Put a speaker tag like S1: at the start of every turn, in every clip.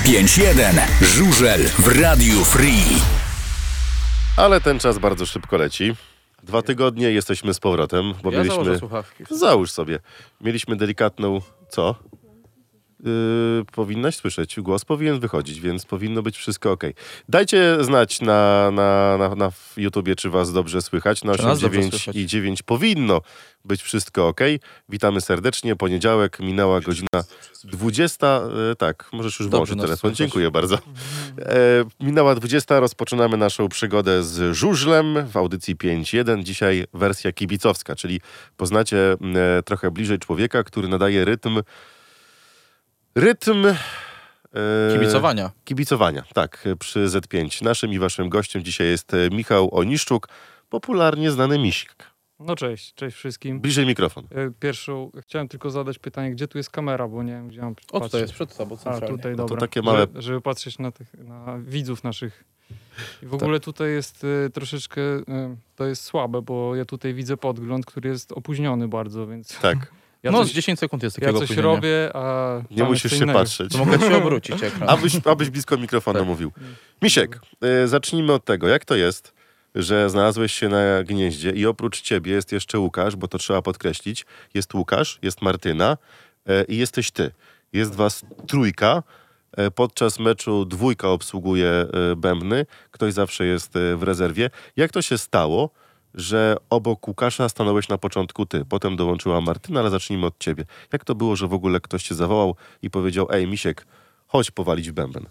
S1: 5-1. Żużel w Radiu Free.
S2: Ale ten czas bardzo szybko leci. 2 tygodnie jesteśmy z powrotem, bo mieliśmy...
S3: słuchawki.
S2: Załóż sobie. Mieliśmy delikatną... Co? Powinnaś słyszeć. Głos powinien wychodzić, więc powinno być wszystko ok. Dajcie znać na YouTubie, czy was dobrze słychać. Na 8,9 i 9 powinno być wszystko ok. Witamy serdecznie. Poniedziałek, minęła godzina 20. Tak, możesz już włączyć telefon. Słychać. Dziękuję bardzo. Minęła 20. Rozpoczynamy naszą przygodę z żużlem w audycji 5.1. Dzisiaj wersja kibicowska, czyli poznacie trochę bliżej człowieka, który nadaje rytm Kibicowania, tak, przy Z5. Naszym i waszym gościem dzisiaj jest Michał Oniszczuk, popularnie znany Misik.
S4: No cześć wszystkim.
S2: Bliżej mikrofon.
S4: Chciałem tylko zadać pytanie, gdzie tu jest kamera, bo nie wiem, gdzie mam patrzeć.
S3: O, tutaj jest przed tobą centralnie.
S4: Tutaj,
S2: no
S4: dobra.
S2: to takie małe...
S4: żeby patrzeć na widzów naszych. I w ogóle tutaj jest troszeczkę, to jest słabe, bo ja tutaj widzę podgląd, który jest opóźniony bardzo, więc...
S2: Tak.
S3: Z 10 sekund jest takiego
S4: Ja coś
S3: opóźnienia.
S4: robię, a...
S2: Nie musisz się patrzeć.
S3: To mogę się obrócić ekran.
S2: Abyś blisko mikrofonu
S3: tak
S2: mówił. Misiek, zacznijmy od tego. Jak to jest, że znalazłeś się na gnieździe i oprócz ciebie jest jeszcze Łukasz, bo to trzeba podkreślić. Jest Łukasz, jest Martyna i jesteś ty. Jest was trójka. Podczas meczu 2 obsługuje bębny. Ktoś zawsze jest w rezerwie. Jak to się stało, że obok Łukasza stanąłeś na początku ty, potem dołączyła Martyna, ale zacznijmy od ciebie. Jak to było, że w ogóle ktoś cię zawołał i powiedział: ej, Misiek, chodź powalić w bęben?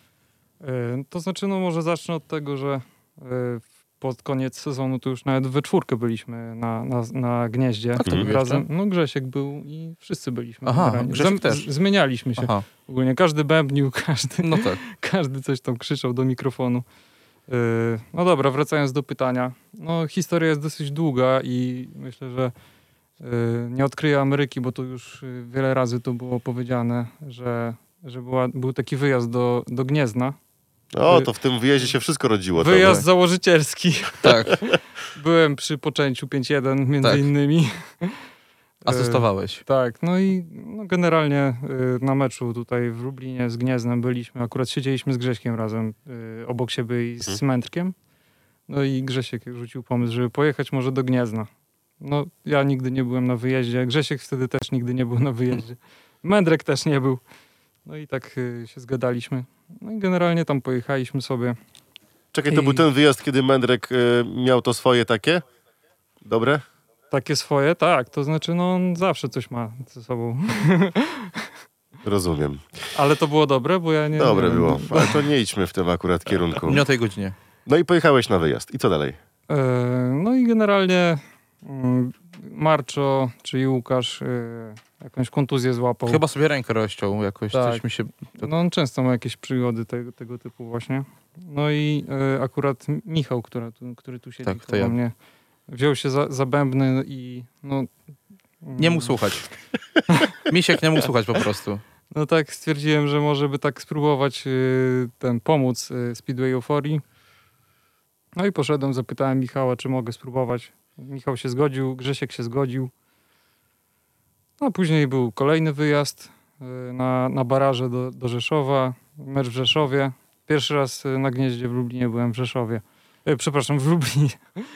S4: To znaczy, może zacznę od tego, że pod koniec sezonu to już nawet we 4 byliśmy na gnieździe.
S3: A kto był
S4: razem. No Grzesiek był i wszyscy byliśmy.
S3: Grzesiek też.
S4: Zmienialiśmy się.
S3: Aha.
S4: Ogólnie każdy bębnił,
S3: No tak.
S4: każdy coś tam krzyczał do mikrofonu. No dobra, wracając do pytania. No historia jest dosyć długa i myślę, że nie odkryję Ameryki, bo to już wiele razy to było powiedziane, że był taki wyjazd do Gniezna.
S2: O, to w tym wyjeździe się wszystko rodziło.
S4: Wyjazd założycielski.
S3: Tak.
S4: Byłem przy poczęciu 5.1 między innymi.
S3: Asystowałeś.
S4: Tak, no i generalnie na meczu tutaj w Lublinie z Gnieznem byliśmy. Akurat siedzieliśmy z Grześkiem razem obok siebie i z Mędrkiem. No i Grzesiek rzucił pomysł, żeby pojechać może do Gniezna. No ja nigdy nie byłem na wyjeździe. Grzesiek wtedy też nigdy nie był na wyjeździe. Mędrek też nie był. No i tak się zgadaliśmy. No i generalnie tam pojechaliśmy sobie.
S2: Czekaj, to był ten wyjazd, kiedy Mędrek miał to swoje takie? Dobre?
S4: Takie swoje? Tak. To znaczy, on zawsze coś ma ze sobą.
S2: Rozumiem.
S4: Ale to było dobre, bo ja nie...
S2: Dobre było, ale to nie idźmy w tym akurat kierunku.
S3: Nie o tej godzinie.
S2: No i pojechałeś na wyjazd. I co dalej?
S4: No i generalnie Marczo, czyli Łukasz, jakąś kontuzję złapał.
S3: Chyba sobie rękę rozciął jakoś.
S4: Tak.
S3: Coś mi się...
S4: No on często ma jakieś przygody tego typu właśnie. No i akurat Michał, który tu siedzi koło mnie, wziął się za bębny i
S3: nie mógł słuchać. Misiek nie mógł słuchać po prostu.
S4: No tak stwierdziłem, że może by tak spróbować pomóc Speedway Euforii. No i poszedłem, zapytałem Michała, czy mogę spróbować. Michał się zgodził, Grzesiek się zgodził. No później był kolejny wyjazd na baraże do Rzeszowa, mecz w Rzeszowie. Pierwszy raz na gnieździe w Lublinie byłem w Rzeszowie. Przepraszam, w Lublinie.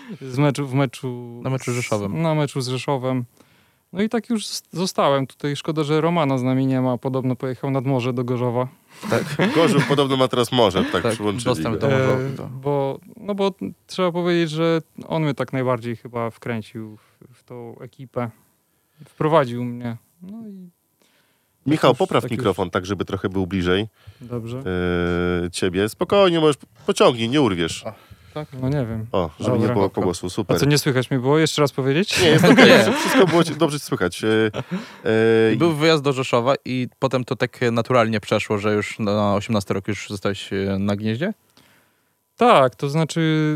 S3: Na meczu Rzeszowem.
S4: Na meczu z Rzeszowem. No i tak już zostałem. Tutaj szkoda, że Romana z nami nie ma. Podobno pojechał nad morze do Gorzowa.
S2: Tak. Gorzów podobno ma teraz morze, tak przyłączyli.
S3: Dostęp do morza.
S4: Bo trzeba powiedzieć, że on mnie tak najbardziej chyba wkręcił w tą ekipę. Wprowadził mnie. No i
S2: Michał, popraw mikrofon tak, żeby trochę był bliżej.
S4: Dobrze.
S2: Ciebie. Spokojnie, możesz pociągnij, nie urwiesz.
S4: Tak? No nie wiem.
S2: O, żeby nie było pogłosu, super.
S4: A co, nie słychać mnie było? Jeszcze raz powiedzieć?
S2: Nie, jest okej. Wszystko było dobrze słychać.
S3: Był wyjazd do Rzeszowa i potem to tak naturalnie przeszło, że już na 18 rok już zostałeś na gnieździe?
S4: Tak, to znaczy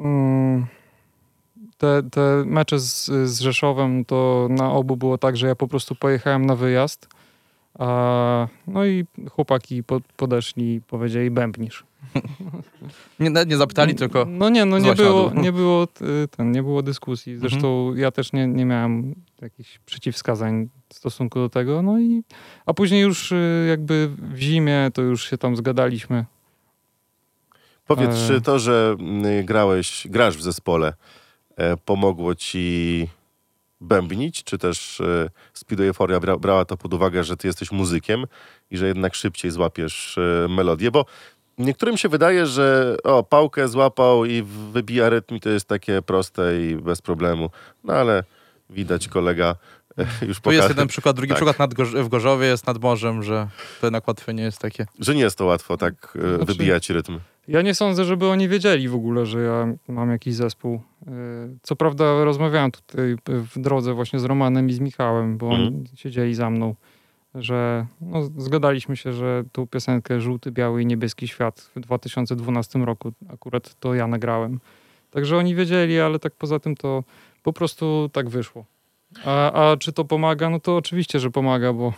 S4: te mecze z Rzeszowem to na obu było tak, że ja po prostu pojechałem na wyjazd. No i chłopaki podeszli i powiedzieli bębnisz.
S3: Nie zapytali, tylko
S4: No nie, no
S3: zasiadł.
S4: nie było dyskusji. Zresztą ja też nie miałem jakichś przeciwwskazań w stosunku do tego. No i a później już jakby w zimie to już się tam zgadaliśmy.
S2: Powiedz, czy to, że grasz w zespole, pomogło ci bębnić, czy też Speedway Euphoria brała to pod uwagę, że ty jesteś muzykiem i że jednak szybciej złapiesz melodię, bo niektórym się wydaje, że pałkę złapał i wybija rytm i to jest takie proste i bez problemu, no ale widać kolega już
S3: tu jest jeden przykład, drugi
S2: Tak.
S3: przykład w Gorzowie jest nad morzem, że to jednak łatwe nie jest takie.
S2: że nie jest to łatwo tak wybijać rytm.
S4: Ja nie sądzę, żeby oni wiedzieli w ogóle, że ja mam jakiś zespół. Co prawda rozmawiałem tutaj w drodze właśnie z Romanem i z Michałem, bo oni siedzieli za mną, że zgadaliśmy się, że tą piosenkę Żółty, Biały i Niebieski Świat w 2012 roku akurat to ja nagrałem. Także oni wiedzieli, ale tak poza tym to po prostu tak wyszło. A czy to pomaga? No to oczywiście, że pomaga, bo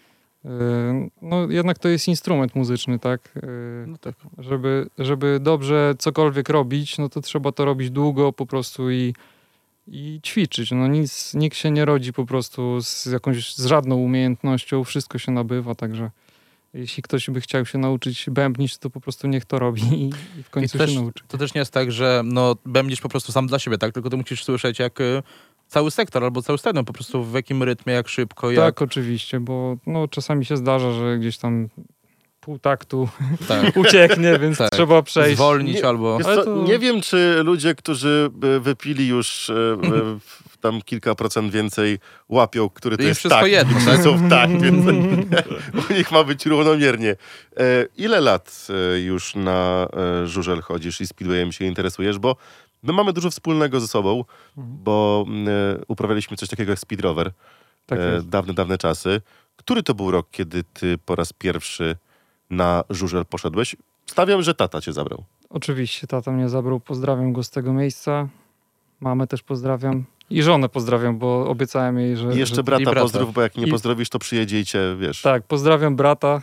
S4: no jednak to jest instrument muzyczny, tak?
S3: No tak.
S4: Żeby dobrze cokolwiek robić, no to trzeba to robić długo po prostu i ćwiczyć. No nikt się nie rodzi po prostu z żadną umiejętnością, wszystko się nabywa, także jeśli ktoś by chciał się nauczyć bębnić, to po prostu niech to robi i w końcu się nauczy.
S3: To też nie jest tak, że bębnisz po prostu sam dla siebie, tak? Tylko ty musisz słyszeć jak cały sektor albo cały stadion, po prostu w jakim rytmie, jak szybko, jak...
S4: Tak, oczywiście, bo czasami się zdarza, że gdzieś tam pół taktu
S3: Tak.
S4: ucieknie, więc
S3: Tak.
S4: trzeba przejść.
S3: Zwolnić albo...
S2: Wiesz
S4: Ale
S2: co,
S4: to-
S2: nie wiem, czy ludzie, którzy wypili już tam kilka procent więcej, łapią, który to
S3: Im
S2: jest
S3: wszystko
S2: tak,
S3: jedno,
S2: i
S3: tak?
S2: są tak, więc u nich ma być równomiernie. Ile lat już na żużel chodzisz i speedwayem się interesujesz? Bo my mamy dużo wspólnego ze sobą, bo uprawialiśmy coś takiego jak speed rower.
S4: Tak jest.
S2: Dawne czasy. Który to był rok, kiedy ty po raz pierwszy na żużel poszedłeś? Stawiam, że tata cię zabrał.
S4: Oczywiście, tata mnie zabrał, pozdrawiam go z tego miejsca. Mamę też pozdrawiam. I żonę pozdrawiam, bo obiecałem jej, że...
S2: I jeszcze
S4: że...
S2: brata,
S3: i brata.
S2: pozdrów, bo jak nie
S4: I-
S2: pozdrowisz, to przyjedzie i cię, wiesz.
S4: Tak, pozdrawiam brata.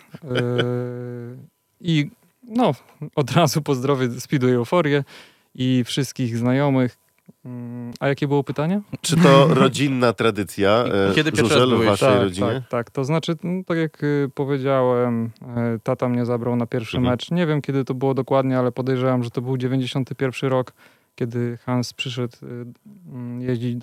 S4: I od razu pozdrowię Speedway Euforię i wszystkich znajomych. A jakie było pytanie?
S2: Czy to rodzinna tradycja,
S3: Kiedy pierwszy
S2: żużel
S3: raz
S2: w
S3: byłeś?
S2: waszej rodzinie?
S4: Tak. To znaczy, tak jak powiedziałem, tata mnie zabrał na pierwszy mecz. Nie wiem, kiedy to było dokładnie, ale podejrzewam, że to był 91 rok, kiedy Hans przyszedł jeździć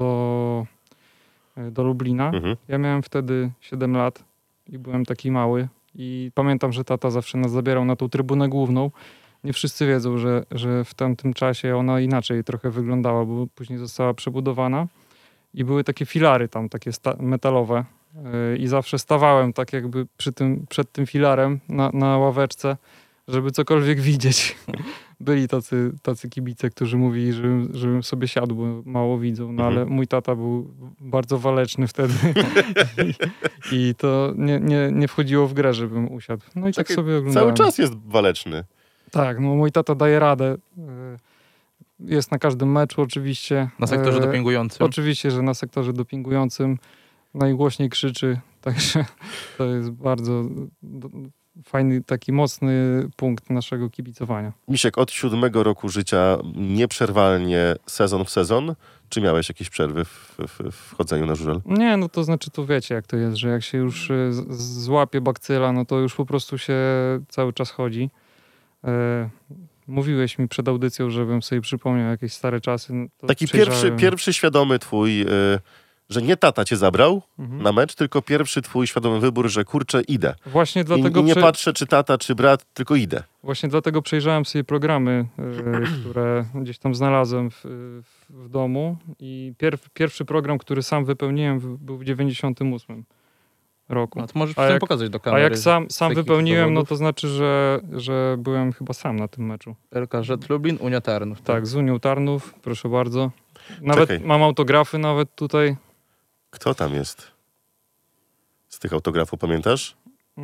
S4: do Lublina.
S2: Mhm.
S4: Ja miałem wtedy 7 lat i byłem taki mały. I pamiętam, że tata zawsze nas zabierał na tą trybunę główną. Nie wszyscy wiedzą, że w tamtym czasie ona inaczej trochę wyglądała, bo później została przebudowana. I były takie filary tam, takie metalowe. I zawsze stawałem tak jakby przed tym filarem na ławeczce, żeby cokolwiek widzieć. Byli tacy kibice, którzy mówili, żebym sobie siadł, bo mało widzą. No ale mój tata był bardzo waleczny wtedy. I to nie wchodziło w grę, żebym usiadł. No i tak
S2: Czekaj,
S4: sobie oglądałem.
S2: Cały czas jest waleczny.
S4: Tak, no mój tata daje radę. Jest na każdym meczu oczywiście.
S3: Na sektorze dopingującym.
S4: Oczywiście, że na sektorze dopingującym najgłośniej krzyczy, także to jest bardzo fajny, taki mocny punkt naszego kibicowania.
S2: Misiek, od 7 roku życia nieprzerwalnie sezon w sezon? Czy miałeś jakieś przerwy w chodzeniu na żużel?
S4: Nie, no to znaczy, to wiecie jak to jest, że jak się już złapie bakcyla, no to już po prostu się cały czas chodzi. Mówiłeś mi przed audycją, żebym sobie przypomniał jakieś stare czasy. No to
S2: Taki
S4: przejrzałem.
S2: pierwszy świadomy twój, że nie tata cię zabrał
S4: Mhm.
S2: na mecz, tylko pierwszy twój świadomy wybór, że kurczę, idę.
S4: Właśnie dlatego
S2: I nie patrzę, czy tata, czy brat, tylko idę.
S4: Właśnie dlatego przejrzałem sobie programy, które gdzieś tam znalazłem w domu i pierwszy program, który sam wypełniłem był w 98 roku.
S3: No to możesz
S4: A
S3: przynajmniej
S4: jak-
S3: pokazać do
S4: A
S3: kamery.
S4: jak sam
S3: z takich
S4: wypełniłem, no
S3: dowodów.
S4: to znaczy, że byłem chyba sam na tym meczu.
S3: LKŻ Lublin, Unia Tarnów.
S4: Tak, z Unią Tarnów, proszę bardzo. Nawet
S2: Czekaj.
S4: mam autografy nawet tutaj.
S2: Kto tam jest? Z tych autografów pamiętasz?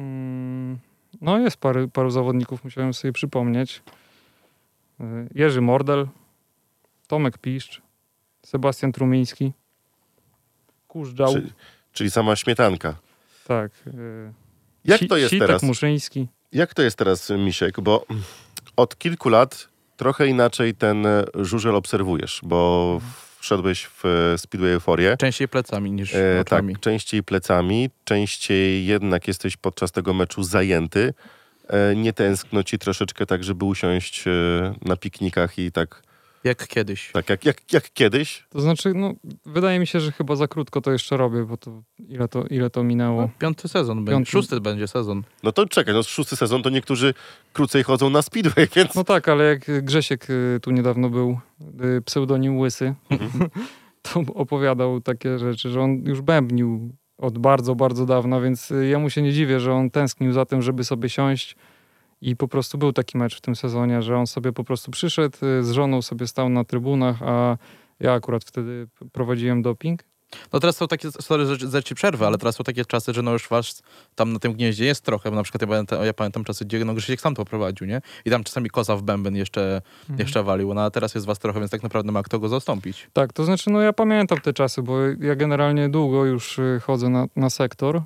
S4: No jest paru zawodników, musiałem sobie przypomnieć. Jerzy Mordel, Tomek Piszcz, Sebastian Trumiński, Kurzdżał.
S2: Czyli sama śmietanka.
S4: Tak.
S2: Jak to jest
S4: Sitek,
S2: teraz?
S4: Muszyński.
S2: Jak to jest teraz, Misiek? Bo od kilku lat trochę inaczej ten żużel obserwujesz, bo wszedłeś w Speedway Euforię.
S3: Częściej plecami niż
S2: Tak,
S3: oczami.
S2: częściej plecami, częściej jednak jesteś podczas tego meczu zajęty. Nie tęskno ci troszeczkę tak, żeby usiąść na piknikach i tak
S3: Jak kiedyś.
S2: Tak, jak kiedyś.
S4: To znaczy, no, wydaje mi się, że chyba za krótko to jeszcze robię, bo to ile to minęło.
S3: No, 5. sezon będzie.
S4: Piąty.
S3: 6. będzie sezon.
S2: No to czekaj, no 6. sezon to niektórzy krócej chodzą na Speedway, więc...
S4: No tak, ale jak Grzesiek tu niedawno był, pseudonim Łysy, to opowiadał takie rzeczy, że on już bębnił od bardzo, bardzo dawna, więc ja mu się nie dziwię, że on tęsknił za tym, żeby sobie siąść i po prostu był taki mecz w tym sezonie, że on sobie po prostu przyszedł, z żoną sobie stał na trybunach, a ja akurat wtedy prowadziłem doping.
S3: No teraz są takie, sorry, że ci przerwę, ale teraz są takie czasy, że no już was tam na tym gnieździe jest trochę, bo na przykład ja pamiętam czasy, gdzie no Grzesiek sam to prowadził, nie? I tam czasami koza w bęben jeszcze walił, no a teraz jest was trochę, więc tak naprawdę ma kto go zastąpić.
S4: Tak, to znaczy, no ja pamiętam te czasy, bo ja generalnie długo już chodzę na sektor.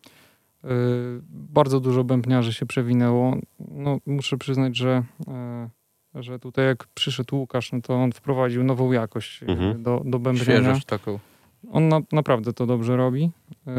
S4: Bardzo dużo bębniarzy się przewinęło. No, muszę przyznać, że tutaj jak przyszedł Łukasz, no to on wprowadził nową jakość do bębnienia.
S3: Świeżość taką.
S4: On naprawdę to dobrze robi.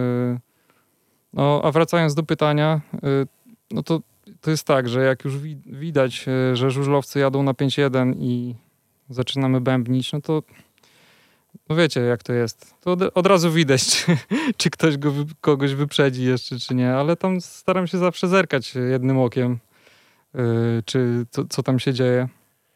S4: No, a wracając do pytania, no to jest tak, że jak już widać, że żużlowcy jadą na 5-1 i zaczynamy bębnić, no to no wiecie, jak to jest. To od razu widać, czy ktoś kogoś wyprzedzi jeszcze, czy nie, ale tam staram się zawsze zerkać jednym okiem, czy co tam się dzieje.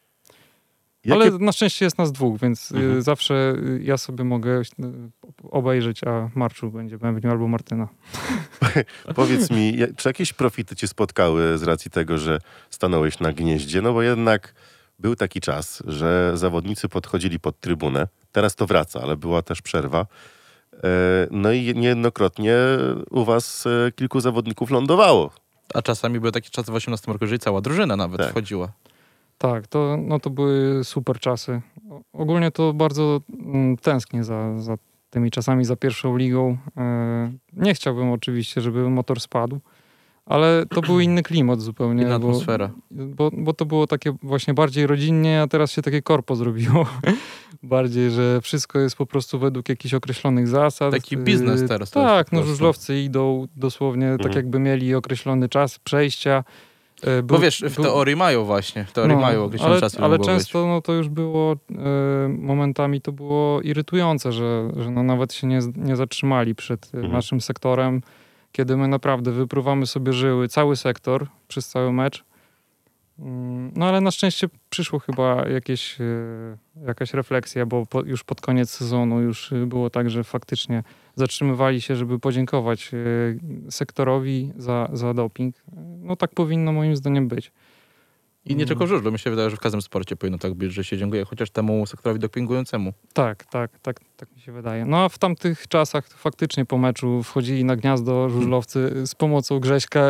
S4: Ale na szczęście jest nas dwóch, więc zawsze ja sobie mogę obejrzeć, a Marczu będzie bębnił albo Martyna.
S2: Powiedz mi, czy jakieś profity cię spotkały z racji tego, że stanąłeś na gnieździe? No bo jednak był taki czas, że zawodnicy podchodzili pod trybunę. Teraz to wraca, ale była też przerwa. No i niejednokrotnie u was kilku zawodników lądowało.
S3: A czasami były takie czasy w 18 roku, że i cała drużyna nawet wchodziła.
S4: Tak, to były super czasy. Ogólnie to bardzo tęsknię za tymi czasami, za pierwszą ligą. Nie chciałbym oczywiście, żeby motor spadł, ale to był inny klimat zupełnie.
S3: Inna atmosfera.
S4: Bo to było takie właśnie bardziej rodzinnie, a teraz się takie korpo zrobiło. Bardziej, że wszystko jest po prostu według jakichś określonych zasad.
S3: Taki biznes teraz.
S4: Tak, no żużlowcy idą dosłownie tak jakby mieli określony czas przejścia.
S3: Bo wiesz, w teorii mają właśnie. W teorii mają określony czas.
S4: Ale często no, to już było momentami to było irytujące, że no, nawet się nie zatrzymali przed naszym sektorem, kiedy my naprawdę wypruwamy sobie żyły, cały sektor przez cały mecz. No ale na szczęście przyszło chyba jakaś refleksja, bo już pod koniec sezonu już było tak, że faktycznie zatrzymywali się, żeby podziękować sektorowi za doping. No tak powinno moim zdaniem być.
S3: I nie tylko w żużlu. Mi się wydaje, że w każdym sporcie powinno tak być, że się dziękuję chociaż temu sektorowi dopingującemu.
S4: Tak mi się wydaje. No a w tamtych czasach faktycznie po meczu wchodzili na gniazdo żużlowcy z pomocą Grześka,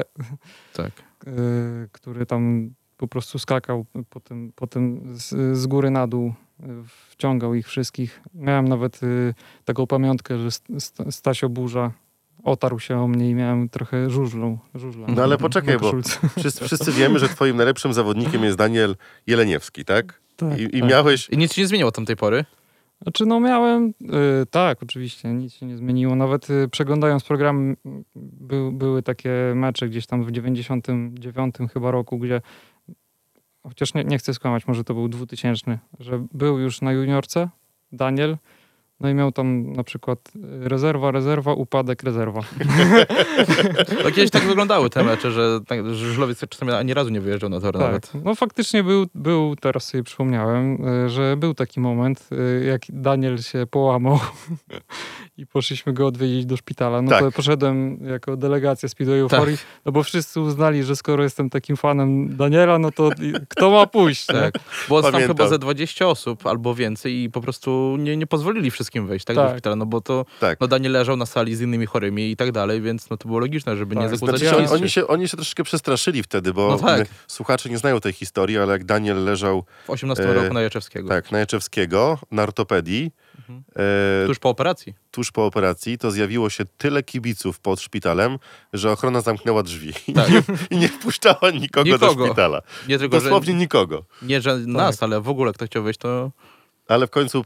S4: który tam po prostu skakał potem z góry na dół, wciągał ich wszystkich. Miałem nawet taką pamiątkę, że Stasio Burza otarł się o mnie i miałem trochę żużla.
S2: No ale poczekaj, bo wszyscy wiemy, że twoim najlepszym zawodnikiem jest Daniel Jeleniewski, tak?
S4: Tak.
S2: I miałeś...
S3: I nic się nie zmieniło od tamtej pory?
S4: Znaczy no miałem, tak oczywiście, nic się nie zmieniło. Nawet przeglądając program były takie mecze gdzieś tam w 99 chyba roku, gdzie chociaż nie chcę skłamać, może to był 2000, że był już na juniorce Daniel, no i miał tam na przykład rezerwa, upadek, rezerwa.
S3: No, kiedyś tak wyglądały te mecze, że żużlowiec czasami ani razu nie wyjeżdżał na tor nawet.
S4: No faktycznie był, teraz sobie przypomniałem, że był taki moment, jak Daniel się połamał i poszliśmy go odwiedzić do szpitala. No to poszedłem jako delegacja Speedway Euphorii, no bo wszyscy uznali, że skoro jestem takim fanem Daniela, no to kto ma pójść?
S3: Tak. Było tam chyba ze 20 osób albo więcej i po prostu nie pozwolili wszystkim wszystkim wejść, tak, do
S4: Tak.
S3: szpitala, no bo to
S2: Tak.
S3: no Daniel leżał na sali z innymi chorymi i tak dalej, więc no to było logiczne, żeby nie
S4: Tak.
S3: zakłócać
S2: Znaczy,
S3: ciszy.
S2: oni się troszeczkę przestraszyli wtedy, bo
S3: No tak.
S2: słuchacze nie znają tej historii, ale jak Daniel leżał
S3: W 18 roku na Jaczewskiego.
S2: na Jaczewskiego, na ortopedii,
S3: Tuż po operacji.
S2: tuż po operacji, to zjawiło się tyle kibiców pod szpitalem, że ochrona zamknęła drzwi
S3: Tak.
S2: i nie wpuszczała nikogo do
S3: Nikogo.
S2: szpitala.
S3: Nie tylko, że
S2: Dosłownie nikogo.
S3: nie, że nas, ale w ogóle kto chciał wejść, to
S2: Ale w końcu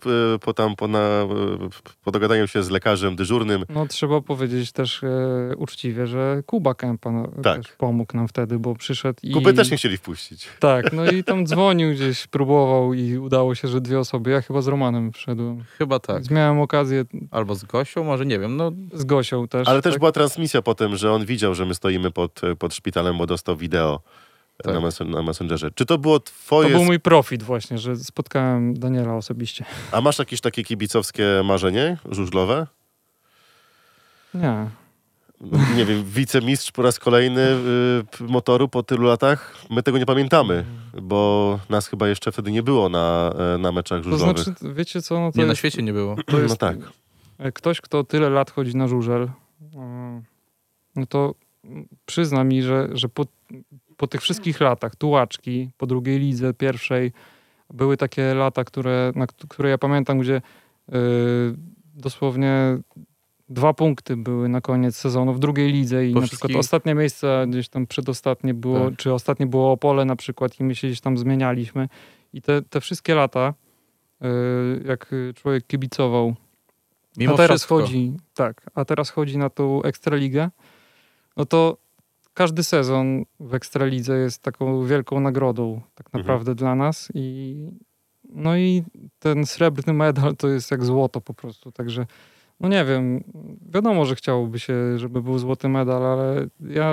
S2: po dogadaniu się z lekarzem dyżurnym,
S4: No trzeba powiedzieć też uczciwie, że Kuba Kępa
S2: Tak.
S4: też pomógł nam wtedy, bo przyszedł i...
S2: Kubę też nie chcieli wpuścić.
S4: Tak, no i tam dzwonił gdzieś, próbował i udało się, że 2 osoby. Ja chyba z Romanem wszedłem.
S3: chyba tak.
S4: Więc miałem okazję
S3: Albo z Gosią, może nie wiem, no
S4: z Gosią też.
S2: Ale też
S4: tak?
S2: była transmisja potem, że on widział, że my stoimy pod szpitalem, bo dostał wideo
S3: Tak.
S2: na Messengerze. Czy to było
S4: To
S2: twoje...
S4: był mój profit właśnie, że spotkałem Daniela osobiście.
S2: A masz jakieś takie kibicowskie marzenie żużlowe?
S4: Nie.
S2: No, nie wiem, wicemistrz po raz kolejny motoru po tylu latach? My tego nie pamiętamy, bo nas chyba jeszcze wtedy nie było na meczach
S4: To
S2: żużlowych.
S4: znaczy, wiecie co, no to
S3: nie na
S4: jest,
S3: świecie nie było.
S4: to jest
S2: No tak.
S4: ktoś, kto tyle lat chodzi na żużel, no to przyzna mi, że po tych wszystkich latach, tułaczki, po drugiej lidze, pierwszej, były takie lata, które ja pamiętam, gdzie dosłownie 2 punkty były na koniec sezonu w drugiej lidze i
S3: Po
S4: na przykład
S3: wszystkich-
S4: ostatnie miejsce gdzieś tam przedostatnie było,
S3: Tak.
S4: czy ostatnie było Opole na przykład i my się gdzieś tam zmienialiśmy. I te wszystkie lata, jak człowiek kibicował,
S3: Mimo
S4: a teraz
S3: wszystko.
S4: a teraz chodzi na tą Ekstraligę, no to każdy sezon w Ekstralidze jest taką wielką nagrodą tak naprawdę dla nas no i ten srebrny medal to jest jak złoto po prostu, także no nie wiem, wiadomo, że chciałoby się, żeby był złoty medal, ale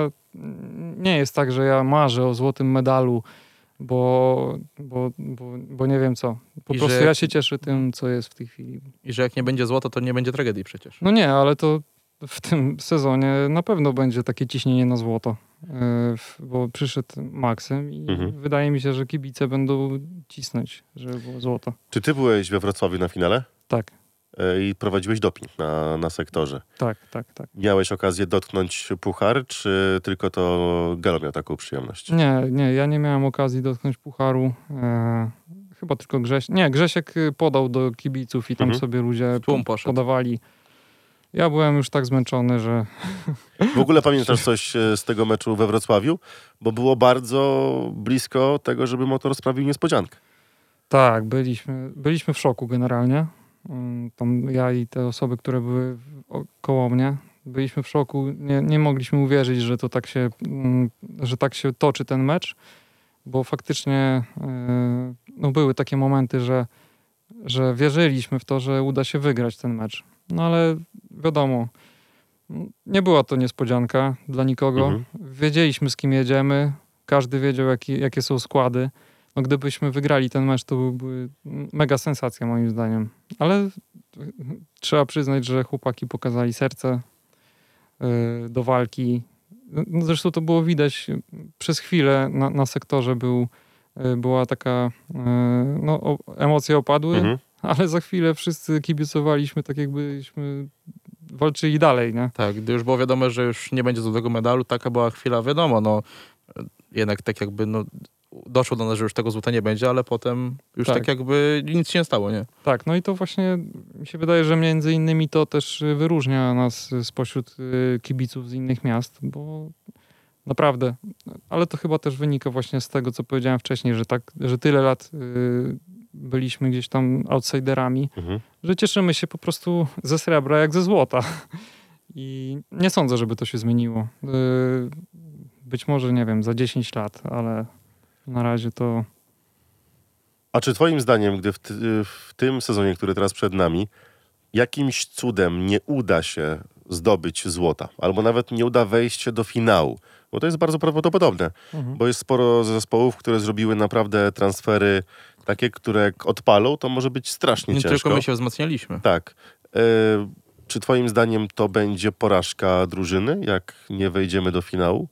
S4: nie jest tak, że ja marzę o złotym medalu, bo nie wiem co. Po
S3: I
S4: prostu
S3: że-
S4: ja się cieszę tym, co jest w tej chwili.
S3: I że jak nie będzie złota, to nie będzie tragedii przecież.
S4: No nie, ale to w tym sezonie na pewno będzie takie ciśnienie na złoto, bo przyszedł Maksym i wydaje mi się, że kibice będą cisnąć, żeby było złoto.
S2: Czy ty byłeś we Wrocławiu na finale
S4: Tak,
S2: i prowadziłeś doping na sektorze?
S4: tak.
S2: Miałeś okazję dotknąć puchar, czy tylko to Gelo miał taką przyjemność?
S4: Nie, ja nie miałem okazji dotknąć pucharu. Chyba tylko Grzesiek podał do kibiców i tam sobie ludzie
S3: tłum poszedł.
S4: podawali. Ja byłem już tak zmęczony, że
S2: W ogóle pamiętasz coś z tego meczu we Wrocławiu? Bo było bardzo blisko tego, żeby motor sprawił niespodziankę.
S4: tak, byliśmy w szoku generalnie. Tam ja i te osoby, które były koło mnie, byliśmy w szoku. Nie mogliśmy uwierzyć, że tak się toczy ten mecz, bo faktycznie no były takie momenty, że wierzyliśmy w to, że uda się wygrać ten mecz. No ale wiadomo, nie była to niespodzianka dla nikogo. Wiedzieliśmy, z kim jedziemy. Każdy wiedział, jakie są składy. No, gdybyśmy wygrali ten mecz, to byłby mega sensacja moim zdaniem. Ale trzeba przyznać, że chłopaki pokazali serce do walki. No, zresztą to było widać przez chwilę na sektorze była taka, no emocje opadły, ale za chwilę wszyscy kibicowaliśmy tak jakbyśmy walczyli dalej, nie?
S3: Tak, gdy już było wiadomo, że już nie będzie złotego medalu, taka była chwila, wiadomo, no jednak tak jakby, no doszło do nas, że już tego złota nie będzie, ale potem już tak jakby nic się nie stało, nie?
S4: Tak, no i to właśnie mi się wydaje, że między innymi to też wyróżnia nas spośród kibiców z innych miast, bo naprawdę, ale to chyba też wynika właśnie z tego, co powiedziałem wcześniej, że tyle lat byliśmy gdzieś tam outsiderami, że cieszymy się po prostu ze srebra jak ze złota. I nie sądzę, żeby to się zmieniło. Być może, nie wiem, za 10 lat, ale na razie to...
S2: A czy twoim zdaniem, gdy w tym sezonie, który teraz przed nami, jakimś cudem nie uda się zdobyć złota, albo nawet nie uda wejść się do finału, bo to jest bardzo prawdopodobne, bo jest sporo zespołów, które zrobiły naprawdę transfery takie, które jak odpalą, to może być strasznie
S3: Nie
S2: ciężko.
S3: tylko my się wzmacnialiśmy.
S2: Tak. Czy twoim zdaniem to będzie porażka drużyny, jak nie wejdziemy do finału?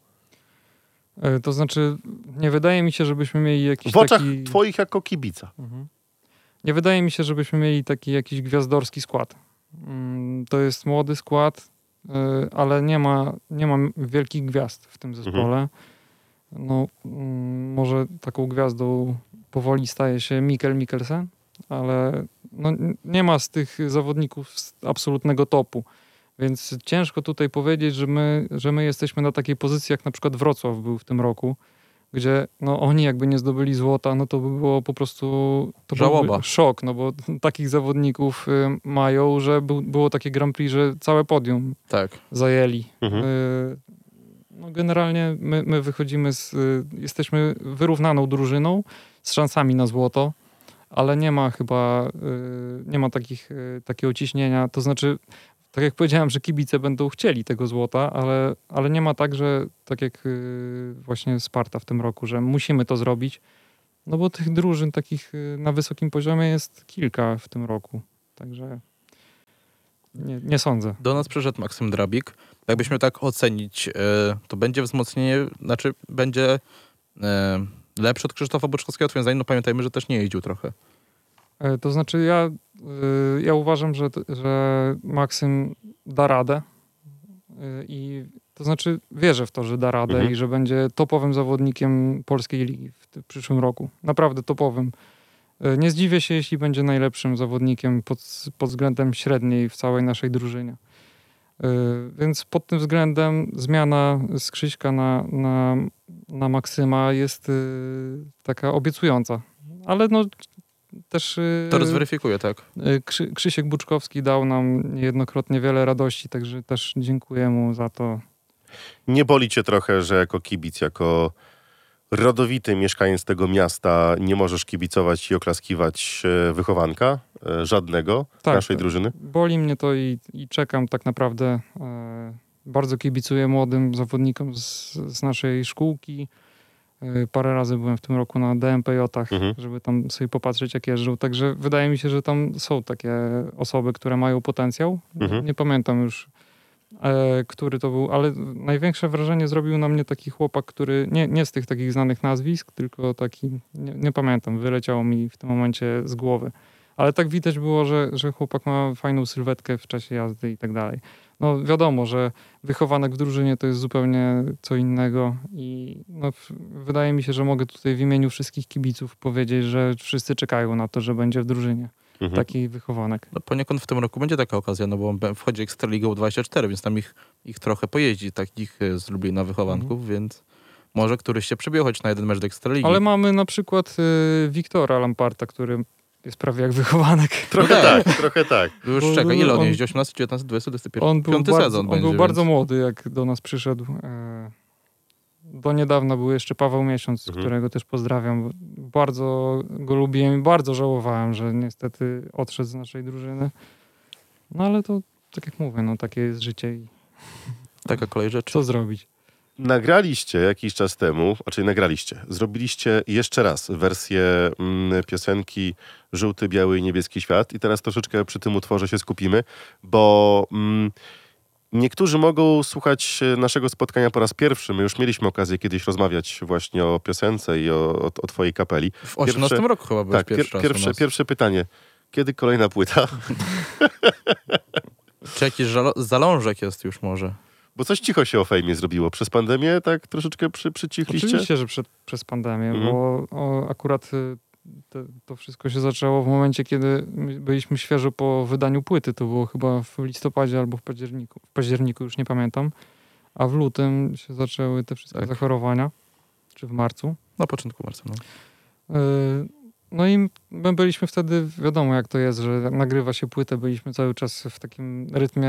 S4: To znaczy, nie wydaje mi się, żebyśmy mieli jakiś
S2: W oczach
S4: taki...
S2: twoich jako kibica.
S4: nie wydaje mi się, żebyśmy mieli taki jakiś gwiazdorski skład. To jest młody skład, ale nie ma wielkich gwiazd w tym zespole. No, może taką gwiazdą powoli staje się Mikkelsen, ale no, nie ma z tych zawodników absolutnego topu. Więc ciężko tutaj powiedzieć, że my jesteśmy na takiej pozycji, jak na przykład Wrocław był w tym roku, gdzie no, oni jakby nie zdobyli złota, no to by było po prostu
S3: żałoba.
S4: Byłby szok, no bo takich zawodników mają, że było takie Grand Prix, że całe podium
S3: Tak.
S4: zajęli. No generalnie my wychodzimy jesteśmy wyrównaną drużyną z szansami na złoto, ale nie ma chyba nie ma takiego ciśnienia, to znaczy tak jak powiedziałem, że kibice będą chcieli tego złota, ale nie ma tak, że tak jak właśnie Sparta w tym roku, że musimy to zrobić, no bo tych drużyn takich na wysokim poziomie jest kilka w tym roku, także nie sądzę.
S3: Do nas przyszedł Maksym Drabik. Jakbyśmy tak ocenić, to będzie wzmocnienie, znaczy będzie lepszy od Krzysztofa Boczkowskiego, twoim zdaniem? No pamiętajmy, że też nie jeździł trochę.
S4: To znaczy ja uważam, że Maksym da radę i to znaczy wierzę w to, że da radę i że będzie topowym zawodnikiem polskiej ligi w przyszłym roku. Naprawdę topowym. Nie zdziwię się, jeśli będzie najlepszym zawodnikiem pod względem średniej w całej naszej drużynie. Więc pod tym względem zmiana z Krzyśka na Maksyma jest taka obiecująca. Ale no też...
S3: To zweryfikuję, tak.
S4: Krzysiek Buczkowski dał nam niejednokrotnie wiele radości, także też dziękuję mu za to.
S2: Nie boli cię trochę, że jako kibic, jako rodowity mieszkaniec tego miasta nie możesz kibicować i oklaskiwać wychowanka żadnego naszej drużyny?
S4: Boli mnie to i czekam tak naprawdę. Bardzo kibicuję młodym zawodnikom z naszej szkółki. Parę razy byłem w tym roku na DMPJ-ach, żeby tam sobie popatrzeć, jak jeżdżą. Także wydaje mi się, że tam są takie osoby, które mają potencjał. Nie pamiętam już, który to był, ale największe wrażenie zrobił na mnie taki chłopak, który nie z tych takich znanych nazwisk, tylko taki, nie pamiętam, wyleciało mi w tym momencie z głowy. Ale tak widać było, że chłopak ma fajną sylwetkę w czasie jazdy i tak dalej. No wiadomo, że wychowanek w drużynie to jest zupełnie co innego i no, wydaje mi się, że mogę tutaj w imieniu wszystkich kibiców powiedzieć, że wszyscy czekają na to, że będzie w drużynie taki wychowanek.
S3: No poniekąd w tym roku będzie taka okazja, no bo wchodzi Ekstraligą 24, więc tam ich trochę pojeździ, takich z Lublina wychowanków, więc może któryś się przebił choć na jeden mecz do Ekstraligi.
S4: Ale mamy na przykład Wiktora Lamparta, który jest prawie jak wychowanek.
S2: Trochę tak.
S3: Już czekaj, ile on jeździ? 18, 19, 20, 21?
S4: On był
S3: Piąty sezon będzie.
S4: On był
S3: więc...
S4: bardzo młody, jak do nas przyszedł. Do niedawna był jeszcze Paweł Miesiąc, którego też pozdrawiam. Bardzo go lubiłem i bardzo żałowałem, że niestety odszedł z naszej drużyny. No ale to, tak jak mówię, no takie jest życie i
S3: taka kolej rzeczy.
S4: Co zrobić?
S2: Nagraliście jakiś czas temu, zrobiliście jeszcze raz wersję piosenki Żółty, Biały i Niebieski Świat i teraz troszeczkę przy tym utworze się skupimy, bo niektórzy mogą słuchać naszego spotkania po raz pierwszy. My już mieliśmy okazję kiedyś rozmawiać właśnie o piosence i o twojej kapeli.
S3: W 18 roku chyba byłeś
S2: pierwsze pytanie. Kiedy kolejna płyta?
S3: Czy jakiś zalążek jest już może?
S2: Bo coś cicho się o fejmie zrobiło. Przez pandemię tak troszeczkę przycichliście?
S4: Oczywiście, że przez pandemię, bo akurat to wszystko się zaczęło w momencie, kiedy byliśmy świeżo po wydaniu płyty. To było chyba w listopadzie albo w październiku. W październiku już nie pamiętam. A w lutym się zaczęły te wszystkie zachorowania. Czy w marcu.
S3: Na początku marca, no.
S4: No i my byliśmy wtedy, wiadomo jak to jest, że nagrywa się płytę, byliśmy cały czas w takim rytmie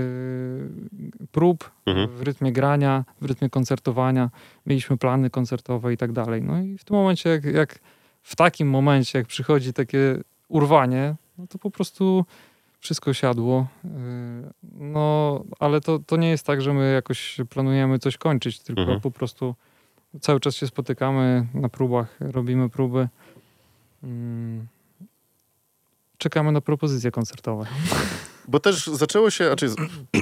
S4: prób, w rytmie grania, w rytmie koncertowania. Mieliśmy plany koncertowe i tak dalej. No i w tym momencie, jak w takim momencie, jak przychodzi takie urwanie, no to po prostu wszystko siadło. No, ale to nie jest tak, że my jakoś planujemy coś kończyć, tylko po prostu cały czas się spotykamy na próbach, robimy próby. Czekamy na propozycje koncertowe.
S2: Bo też zaczęło się,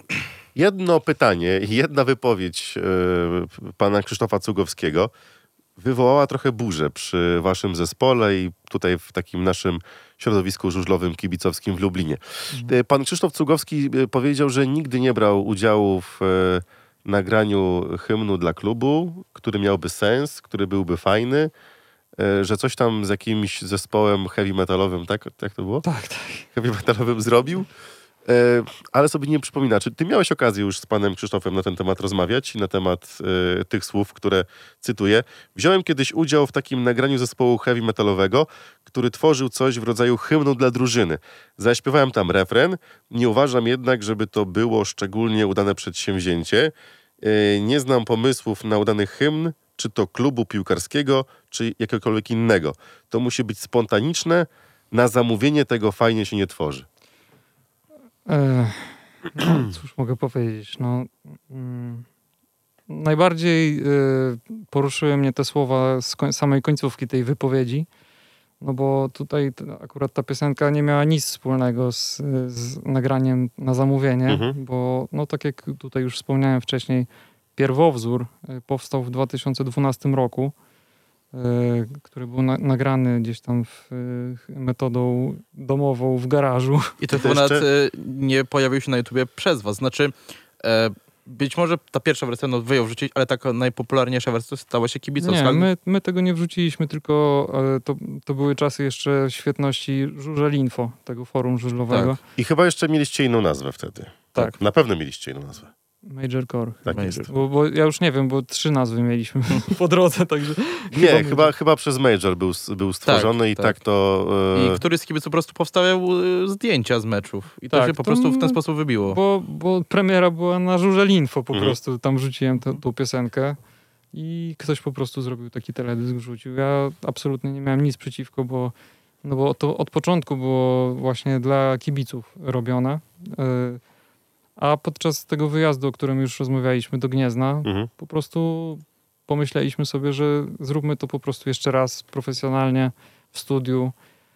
S2: jedno pytanie, jedna wypowiedź pana Krzysztofa Cugowskiego wywołała trochę burzę przy waszym zespole i tutaj w takim naszym środowisku żużlowym, kibicowskim w Lublinie. Pan Krzysztof Cugowski powiedział, że nigdy nie brał udziału w nagraniu hymnu dla klubu, który miałby sens, który byłby fajny, że coś tam z jakimś zespołem heavy metalowym, tak? Jak to było?
S4: Tak, tak.
S2: Heavy metalowym zrobił. Ale sobie nie przypomina. Czy ty miałeś okazję już z panem Krzysztofem na ten temat rozmawiać, na temat tych słów, które cytuję? Wziąłem kiedyś udział w takim nagraniu zespołu heavy metalowego, który tworzył coś w rodzaju hymnu dla drużyny. Zaśpiewałem tam refren. Nie uważam jednak, żeby to było szczególnie udane przedsięwzięcie. Nie znam pomysłów na udany hymn, czy to klubu piłkarskiego, czy jakiegokolwiek innego. To musi być spontaniczne. Na zamówienie tego fajnie się nie tworzy.
S4: No, cóż mogę powiedzieć? Najbardziej poruszyły mnie te słowa z samej końcówki tej wypowiedzi, no bo tutaj akurat ta piosenka nie miała nic wspólnego z nagraniem na zamówienie, bo no tak jak tutaj już wspomniałem wcześniej, pierwowzór powstał w 2012 roku, który był nagrany gdzieś tam metodą domową w garażu.
S3: I to chyba nawet nie pojawił się na YouTubie przez was. Znaczy, być może ta pierwsza wersja, no wy ją wrzucili, ale taka najpopularniejsza wersja stała się kibicowska.
S4: Nie, my tego nie wrzuciliśmy, tylko to były czasy jeszcze świetności Żużel.info, tego forum żużlowego.
S3: Tak.
S2: I chyba jeszcze mieliście inną nazwę wtedy.
S4: Tak.
S2: Na pewno mieliście inną nazwę.
S4: Major Core.
S2: Tak
S3: Major.
S2: jest.
S4: Bo ja już nie wiem, bo 3 nazwy mieliśmy po drodze, także...
S2: Nie, chyba przez Major był stworzony i tak to...
S3: I któryś z kibiców po prostu powstawiał zdjęcia z meczów. I to
S4: Tak,
S3: się po
S4: to
S3: prostu w ten sposób wybiło.
S4: Bo premiera była na Żużel.info po
S2: Mhm.
S4: prostu. Tam rzuciłem tą piosenkę i ktoś po prostu zrobił taki teledysk, wrzucił. Ja absolutnie nie miałem nic przeciwko, bo to od początku było właśnie dla kibiców robione. A podczas tego wyjazdu, o którym już rozmawialiśmy, do Gniezna,
S2: Mhm.
S4: po prostu pomyśleliśmy sobie, że zróbmy to po prostu jeszcze raz profesjonalnie w studiu.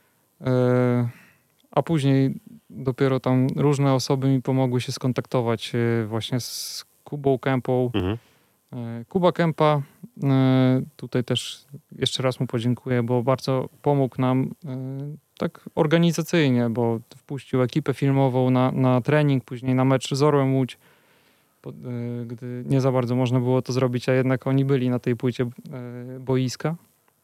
S4: A później dopiero tam różne osoby mi pomogły się skontaktować właśnie z Kubą Kępą.
S2: Mhm.
S4: Kuba Kępa, tutaj też jeszcze raz mu podziękuję, bo bardzo pomógł nam tak organizacyjnie, bo wpuścił ekipę filmową na trening, później na mecz z Orłem Łódź, gdy nie za bardzo można było to zrobić, a jednak oni byli na tej płycie boiska.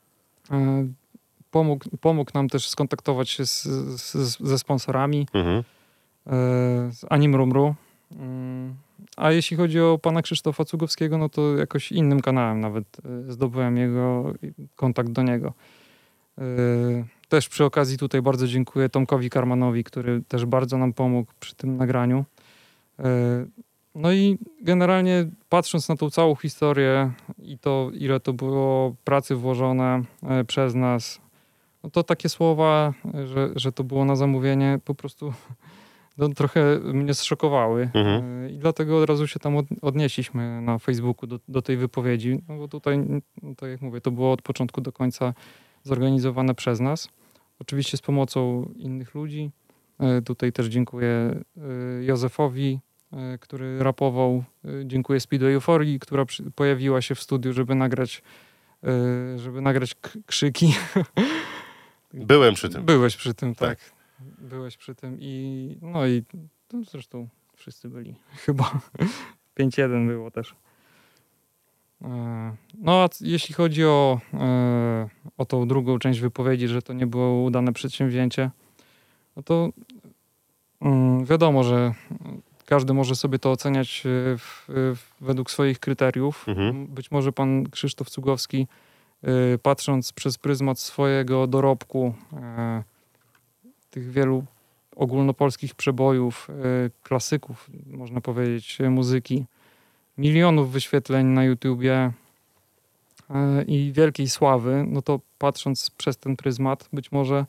S4: Pomógł nam też skontaktować się ze sponsorami,
S2: Mhm.
S4: z Anim Rumru. A jeśli chodzi o pana Krzysztofa Cugowskiego, no to jakoś innym kanałem nawet zdobyłem jego kontakt do niego. Też przy okazji tutaj bardzo dziękuję Tomkowi Karmanowi, który też bardzo nam pomógł przy tym nagraniu. No i generalnie patrząc na tą całą historię i to, ile to było pracy włożone przez nas, no to takie słowa, że to było na zamówienie, po prostu no, trochę mnie zszokowały. I dlatego od razu się tam odnieśliśmy na Facebooku do tej wypowiedzi, no bo tutaj, no, tak jak mówię, to było od początku do końca zorganizowane przez nas. Oczywiście z pomocą innych ludzi. Tutaj też dziękuję Józefowi, który rapował. Dziękuję Speedway Euphorii, która pojawiła się w studiu, żeby nagrać krzyki.
S2: Byłem przy tym.
S4: Byłeś przy tym, tak. Byłeś przy tym i no i no zresztą wszyscy byli chyba. 5-1 było też. No a jeśli chodzi o tą drugą część wypowiedzi, że to nie było udane przedsięwzięcie, no to wiadomo, że każdy może sobie to oceniać według swoich kryteriów. Być może pan Krzysztof Cugowski, patrząc przez pryzmat swojego dorobku, tych wielu ogólnopolskich przebojów, klasyków, można powiedzieć, muzyki, milionów wyświetleń na YouTubie i wielkiej sławy, no to patrząc przez ten pryzmat, być może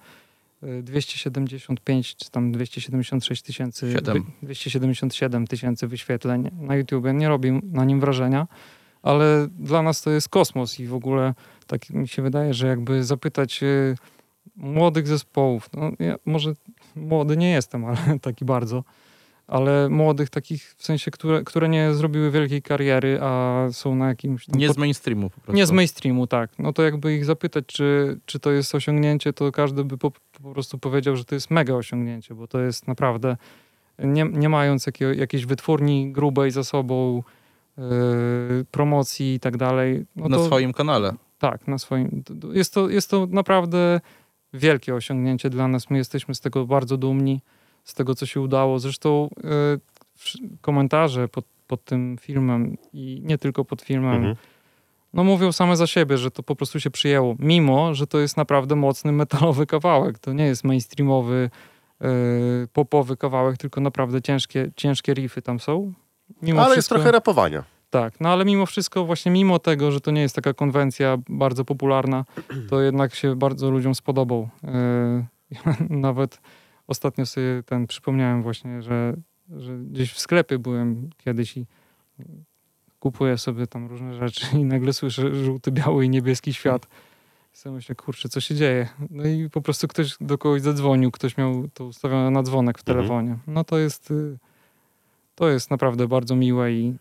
S4: 275 czy tam 276 tysięcy, 277 tysięcy wyświetleń na YouTubie nie robi na nim wrażenia, ale dla nas to jest kosmos i w ogóle tak mi się wydaje, że jakby zapytać młodych zespołów, no ja może młody nie jestem, ale taki bardzo, ale młodych takich, w sensie, które nie zrobiły wielkiej kariery, a są na jakimś... tam
S3: Nie z mainstreamu po prostu.
S4: nie z mainstreamu, tak. No to jakby ich zapytać, czy to jest osiągnięcie, to każdy by po prostu powiedział, że to jest mega osiągnięcie, bo to jest naprawdę, nie mając jakiejś wytwórni grubej za sobą, promocji i tak dalej. No
S3: Na
S4: to,
S3: swoim kanale.
S4: Tak, na swoim. Jest to naprawdę wielkie osiągnięcie dla nas. My jesteśmy z tego bardzo dumni, z tego, co się udało. Zresztą komentarze pod tym filmem i nie tylko pod filmem, no mówią same za siebie, że to po prostu się przyjęło. Mimo, że to jest naprawdę mocny metalowy kawałek. To nie jest mainstreamowy, popowy kawałek, tylko naprawdę ciężkie riffy tam są.
S2: Ale jest trochę rapowania.
S4: Tak, no ale mimo wszystko, właśnie mimo tego, że to nie jest taka konwencja bardzo popularna, to jednak się bardzo ludziom spodobał. Nawet ostatnio sobie przypomniałem właśnie, że gdzieś w sklepie byłem kiedyś i kupuję sobie tam różne rzeczy i nagle słyszę żółty, biały i niebieski świat. I sobie myślę, kurczę, co się dzieje? No i po prostu ktoś do kogoś zadzwonił, ktoś miał to ustawione na dzwonek w telefonie. No to jest naprawdę bardzo miłe i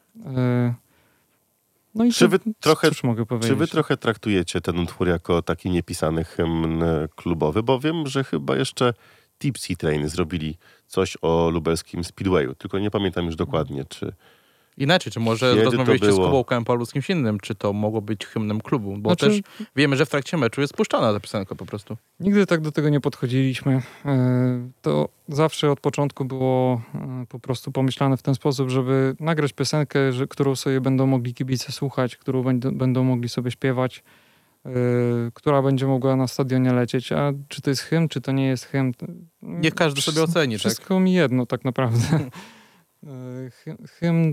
S4: no i cóż mogę powiedzieć?
S2: Czy wy trochę traktujecie ten utwór jako taki niepisany hymn klubowy? Bo wiem, że chyba jeszcze Tipsy Train zrobili coś o lubelskim Speedwayu, tylko nie pamiętam już dokładnie, czy...
S3: Inaczej, czy może
S2: Kiedy
S3: rozmawialiście z Kubą Kępą lub z kimś innym, czy to mogło być hymnem klubu? Bo też wiemy, że w trakcie meczu jest puszczana ta piosenka po prostu.
S4: Nigdy tak do tego nie podchodziliśmy. To zawsze od początku było po prostu pomyślane w ten sposób, żeby nagrać piosenkę, którą sobie będą mogli kibice słuchać, którą będą mogli sobie śpiewać, która będzie mogła na stadionie lecieć. A czy to jest hymn, czy to nie jest hymn?
S3: Niech każdy sobie oceni,
S4: Wszystko mi jedno tak naprawdę. Hymn,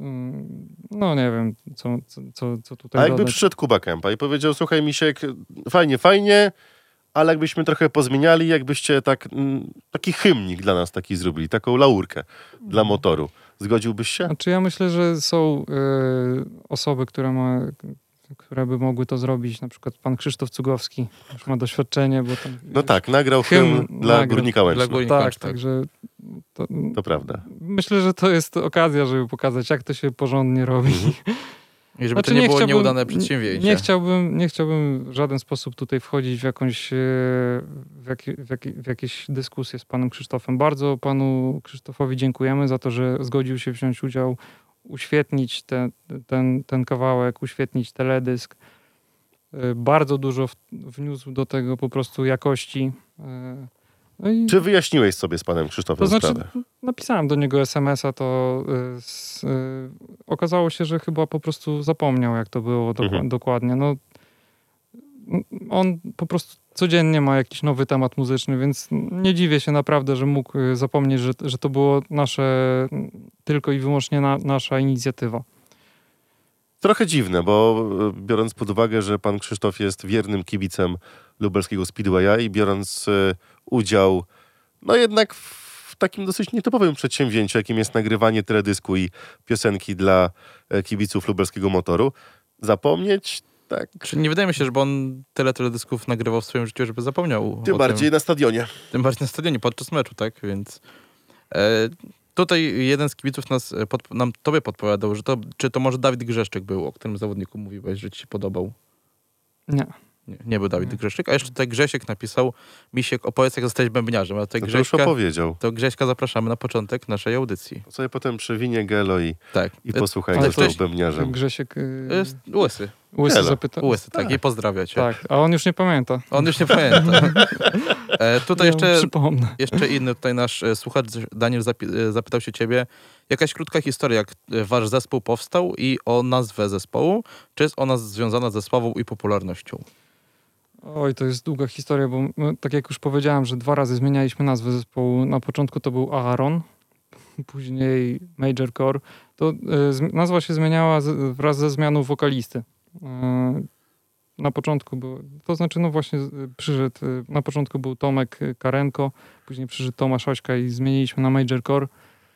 S4: no nie wiem, co tutaj
S2: A jakby
S4: dodać.
S2: przyszedł Kuba Kępa i powiedział, słuchaj Misiek, fajnie, ale jakbyśmy trochę pozmieniali, jakbyście taki hymnik dla nas taki zrobili, taką laurkę dla motoru. Zgodziłbyś się?
S4: Znaczy ja myślę, że są osoby, które by mogły to zrobić. Na przykład pan Krzysztof Cugowski już ma doświadczenie, bo tam...
S2: No tak, nagrał hymn dla Górnika Łęczna.
S4: Tak, także...
S2: To prawda.
S4: Myślę, że to jest okazja, żeby pokazać, jak to się porządnie robi.
S3: I żeby to nie było nieudane przedsięwzięcie.
S4: Nie chciałbym w żaden sposób tutaj wchodzić w jakieś dyskusje z panem Krzysztofem. Bardzo panu Krzysztofowi dziękujemy za to, że zgodził się wziąć udział, uświetnić ten kawałek, uświetnić teledysk. Bardzo dużo wniósł do tego po prostu jakości. No
S2: Czy wyjaśniłeś sobie z panem Krzysztofem sprawę?
S4: Napisałem do niego SMS-a, to okazało się, że chyba po prostu zapomniał, jak to było dokładnie. No, on po prostu codziennie ma jakiś nowy temat muzyczny, więc nie dziwię się naprawdę, że mógł zapomnieć, że to było tylko i wyłącznie nasza inicjatywa.
S2: Trochę dziwne, bo biorąc pod uwagę, że pan Krzysztof jest wiernym kibicem lubelskiego Speedwaya i biorąc udział, no jednak w takim dosyć nietypowym przedsięwzięciu, jakim jest nagrywanie teledysku i piosenki dla kibiców lubelskiego motoru, zapomnieć, tak.
S3: Czy nie wydaje mi się, żeby on tyle teledysków nagrywał w swoim życiu, żeby zapomniał
S2: Tym bardziej na stadionie.
S3: Tym bardziej na stadionie, podczas meczu, tak? Więc tutaj jeden z kibiców tobie podpowiadał, że czy to może Dawid Grzeszczyk był, o którym zawodniku mówiłeś, że ci się podobał?
S4: Nie.
S3: Nie był Dawid Grzeszczyk, a jeszcze tutaj Grzesiek napisał: Misiek, opowiedz, jak zostałeś bębniarzem. A tutaj
S2: To już opowiedział.
S3: To Grześka zapraszamy na początek naszej audycji.
S2: Sobie potem przewinie Gelo i posłuchaj,
S4: ale
S2: co został bębniarzem.
S4: Grzesiek...
S3: Jest łysy.
S4: Łysy zapytał.
S3: Łysy, tak. I pozdrawia cię.
S4: Tak, a on już nie pamięta.
S3: On już nie pamięta. Tutaj
S4: jeszcze
S3: inny tutaj nasz słuchacz Daniel zapytał się ciebie, jakaś krótka historia, jak wasz zespół powstał i o nazwę zespołu. Czy jest ona związana ze sławą i popularnością?
S4: Oj, to jest długa historia, bo tak jak już powiedziałem, że 2 razy zmienialiśmy nazwę zespołu. Na początku to był Aaron, później Major Core. To nazwa się zmieniała wraz ze zmianą wokalisty. Na początku był, to znaczy no właśnie przyszedł, na początku był Tomek Karenko, później przyszedł Tomasz Ośka i zmieniliśmy na Major Core.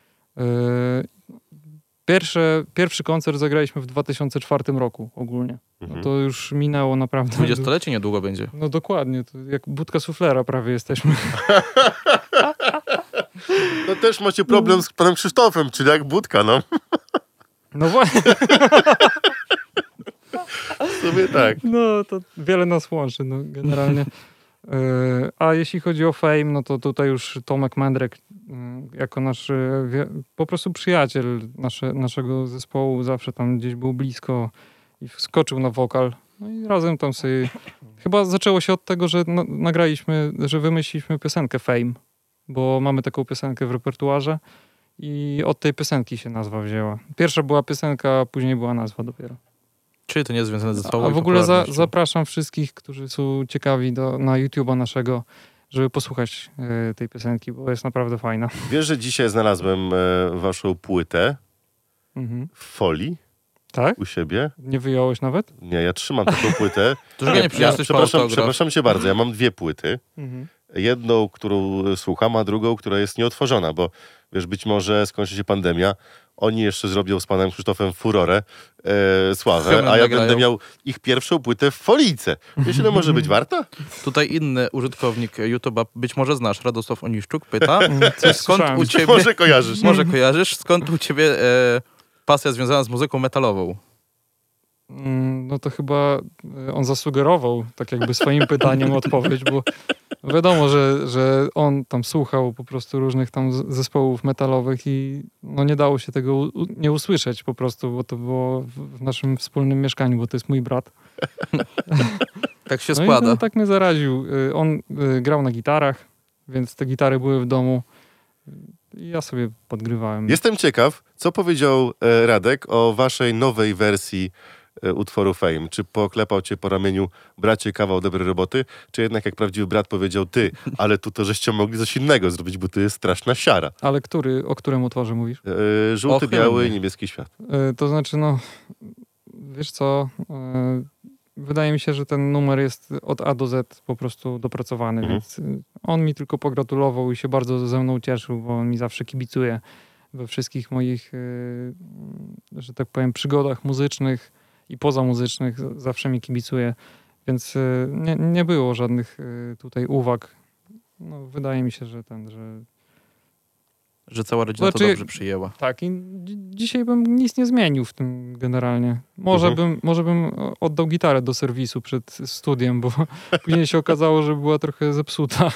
S4: Pierwszy koncert zagraliśmy w 2004 roku ogólnie. No to już minęło naprawdę...
S3: 20-lecie niedługo będzie.
S4: No dokładnie, to jak budka suflera prawie jesteśmy.
S2: No też macie problem z panem Krzysztofem, czyli jak Budka, no.
S4: No właśnie,
S2: W sumie tak.
S4: no to wiele nas łączy, no generalnie. A jeśli chodzi o Fame, no to tutaj już Tomek Mędrek jako nasz po prostu przyjaciel naszego zespołu, zawsze tam gdzieś był blisko i wskoczył na wokal. No i razem tam sobie... Chyba zaczęło się od tego, że nagraliśmy, że wymyśliliśmy piosenkę Fame, bo mamy taką piosenkę w repertuarze i od tej piosenki się nazwa wzięła. Pierwsza była piosenka, a później była nazwa dopiero.
S3: Czyli to nie jest związane ze sobą.
S4: A w ogóle
S3: popularnością.
S4: zapraszam wszystkich, którzy są ciekawi na YouTube'a naszego, żeby posłuchać tej piosenki, bo jest naprawdę fajna.
S2: Wiesz, że dzisiaj znalazłem waszą płytę
S4: Mhm.
S2: w folii
S4: Tak?
S2: u siebie?
S4: Nie wyjąłeś nawet?
S2: Nie, ja trzymam taką płytę.
S3: Dlaczego nie przyniosłeś po autograf?
S2: Przepraszam cię bardzo, ja mam 2 płyty.
S4: Mhm.
S2: Jedną, którą słucham, a drugą, która jest nieotworzona, bo wiesz, być może skończy się pandemia, oni jeszcze zrobią z panem Krzysztofem furorę, sławę,
S3: Hymn
S2: a ja
S3: nagrają.
S2: będę miał ich pierwszą płytę w folijce. Wiesz, ile może być warta?
S3: Tutaj inny użytkownik YouTube'a, być może znasz, Radosław Oniszczuk, pyta,
S4: Coś
S3: skąd
S4: słyszałem.
S3: u ciebie,
S2: Może kojarzysz.
S3: może kojarzysz, skąd u ciebie pasja związana z muzyką metalową?
S4: No to chyba on zasugerował tak jakby swoim pytaniem odpowiedź, bo wiadomo, że on tam słuchał po prostu różnych tam zespołów metalowych i no nie dało się tego nie usłyszeć po prostu, bo to było w naszym wspólnym mieszkaniu, bo to jest mój brat.
S3: Tak się
S4: No
S3: składa.
S4: i no, tak mnie zaraził. On grał na gitarach, więc te gitary były w domu i ja sobie podgrywałem.
S2: Jestem ciekaw, co powiedział Radek o waszej nowej wersji utworu Fame. Czy poklepał cię po ramieniu, bracie, kawał dobrej roboty, czy jednak jak prawdziwy brat powiedział, ty, ale tu to żeście mogli coś innego zrobić, bo to jest straszna siara.
S4: Ale o którym utworze mówisz?
S2: Żółty,
S3: O,
S2: biały,
S3: hymnie.
S2: niebieski świat.
S4: To znaczy, no, wiesz co, wydaje mi się, że ten numer jest od A do Z po prostu dopracowany, więc on mi tylko pogratulował i się bardzo ze mną cieszył, bo on mi zawsze kibicuje we wszystkich moich, że tak powiem, przygodach muzycznych i pozamuzycznych, zawsze mi kibicuje, więc nie było żadnych tutaj uwag. No, wydaje mi się, że
S3: Że cała rodzina to
S4: Znaczy-
S3: dobrze przyjęła.
S4: tak, i dzisiaj bym nic nie zmienił w tym generalnie. Może bym oddał gitarę do serwisu przed studiem, bo później się okazało, że była trochę zepsuta.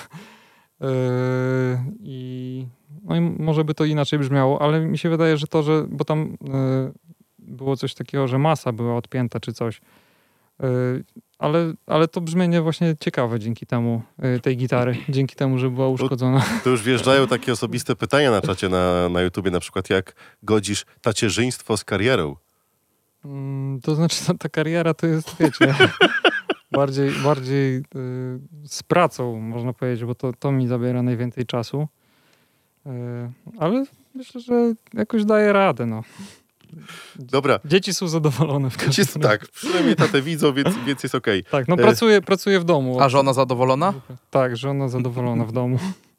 S4: No i może by to inaczej brzmiało, ale mi się wydaje, że bo tam było coś takiego, że masa była odpięta czy coś. Ale to brzmienie właśnie ciekawe dzięki temu, tej gitary, dzięki temu, że była uszkodzona.
S2: To już wjeżdżają takie osobiste pytania na czacie na YouTubie, na przykład jak godzisz tacierzyństwo z karierą?
S4: To znaczy ta kariera to jest, wiecie, bardziej z pracą, można powiedzieć, bo to mi zabiera najwięcej czasu. Ale myślę, że jakoś daje radę, no.
S2: Dobra,
S4: Dzieci są zadowolone w każdym razie.
S2: tak, przynajmniej tatę widzą, więc jest okej.
S4: Tak, no pracuję w domu.
S3: A żona zadowolona?
S4: Tak, żona zadowolona w domu.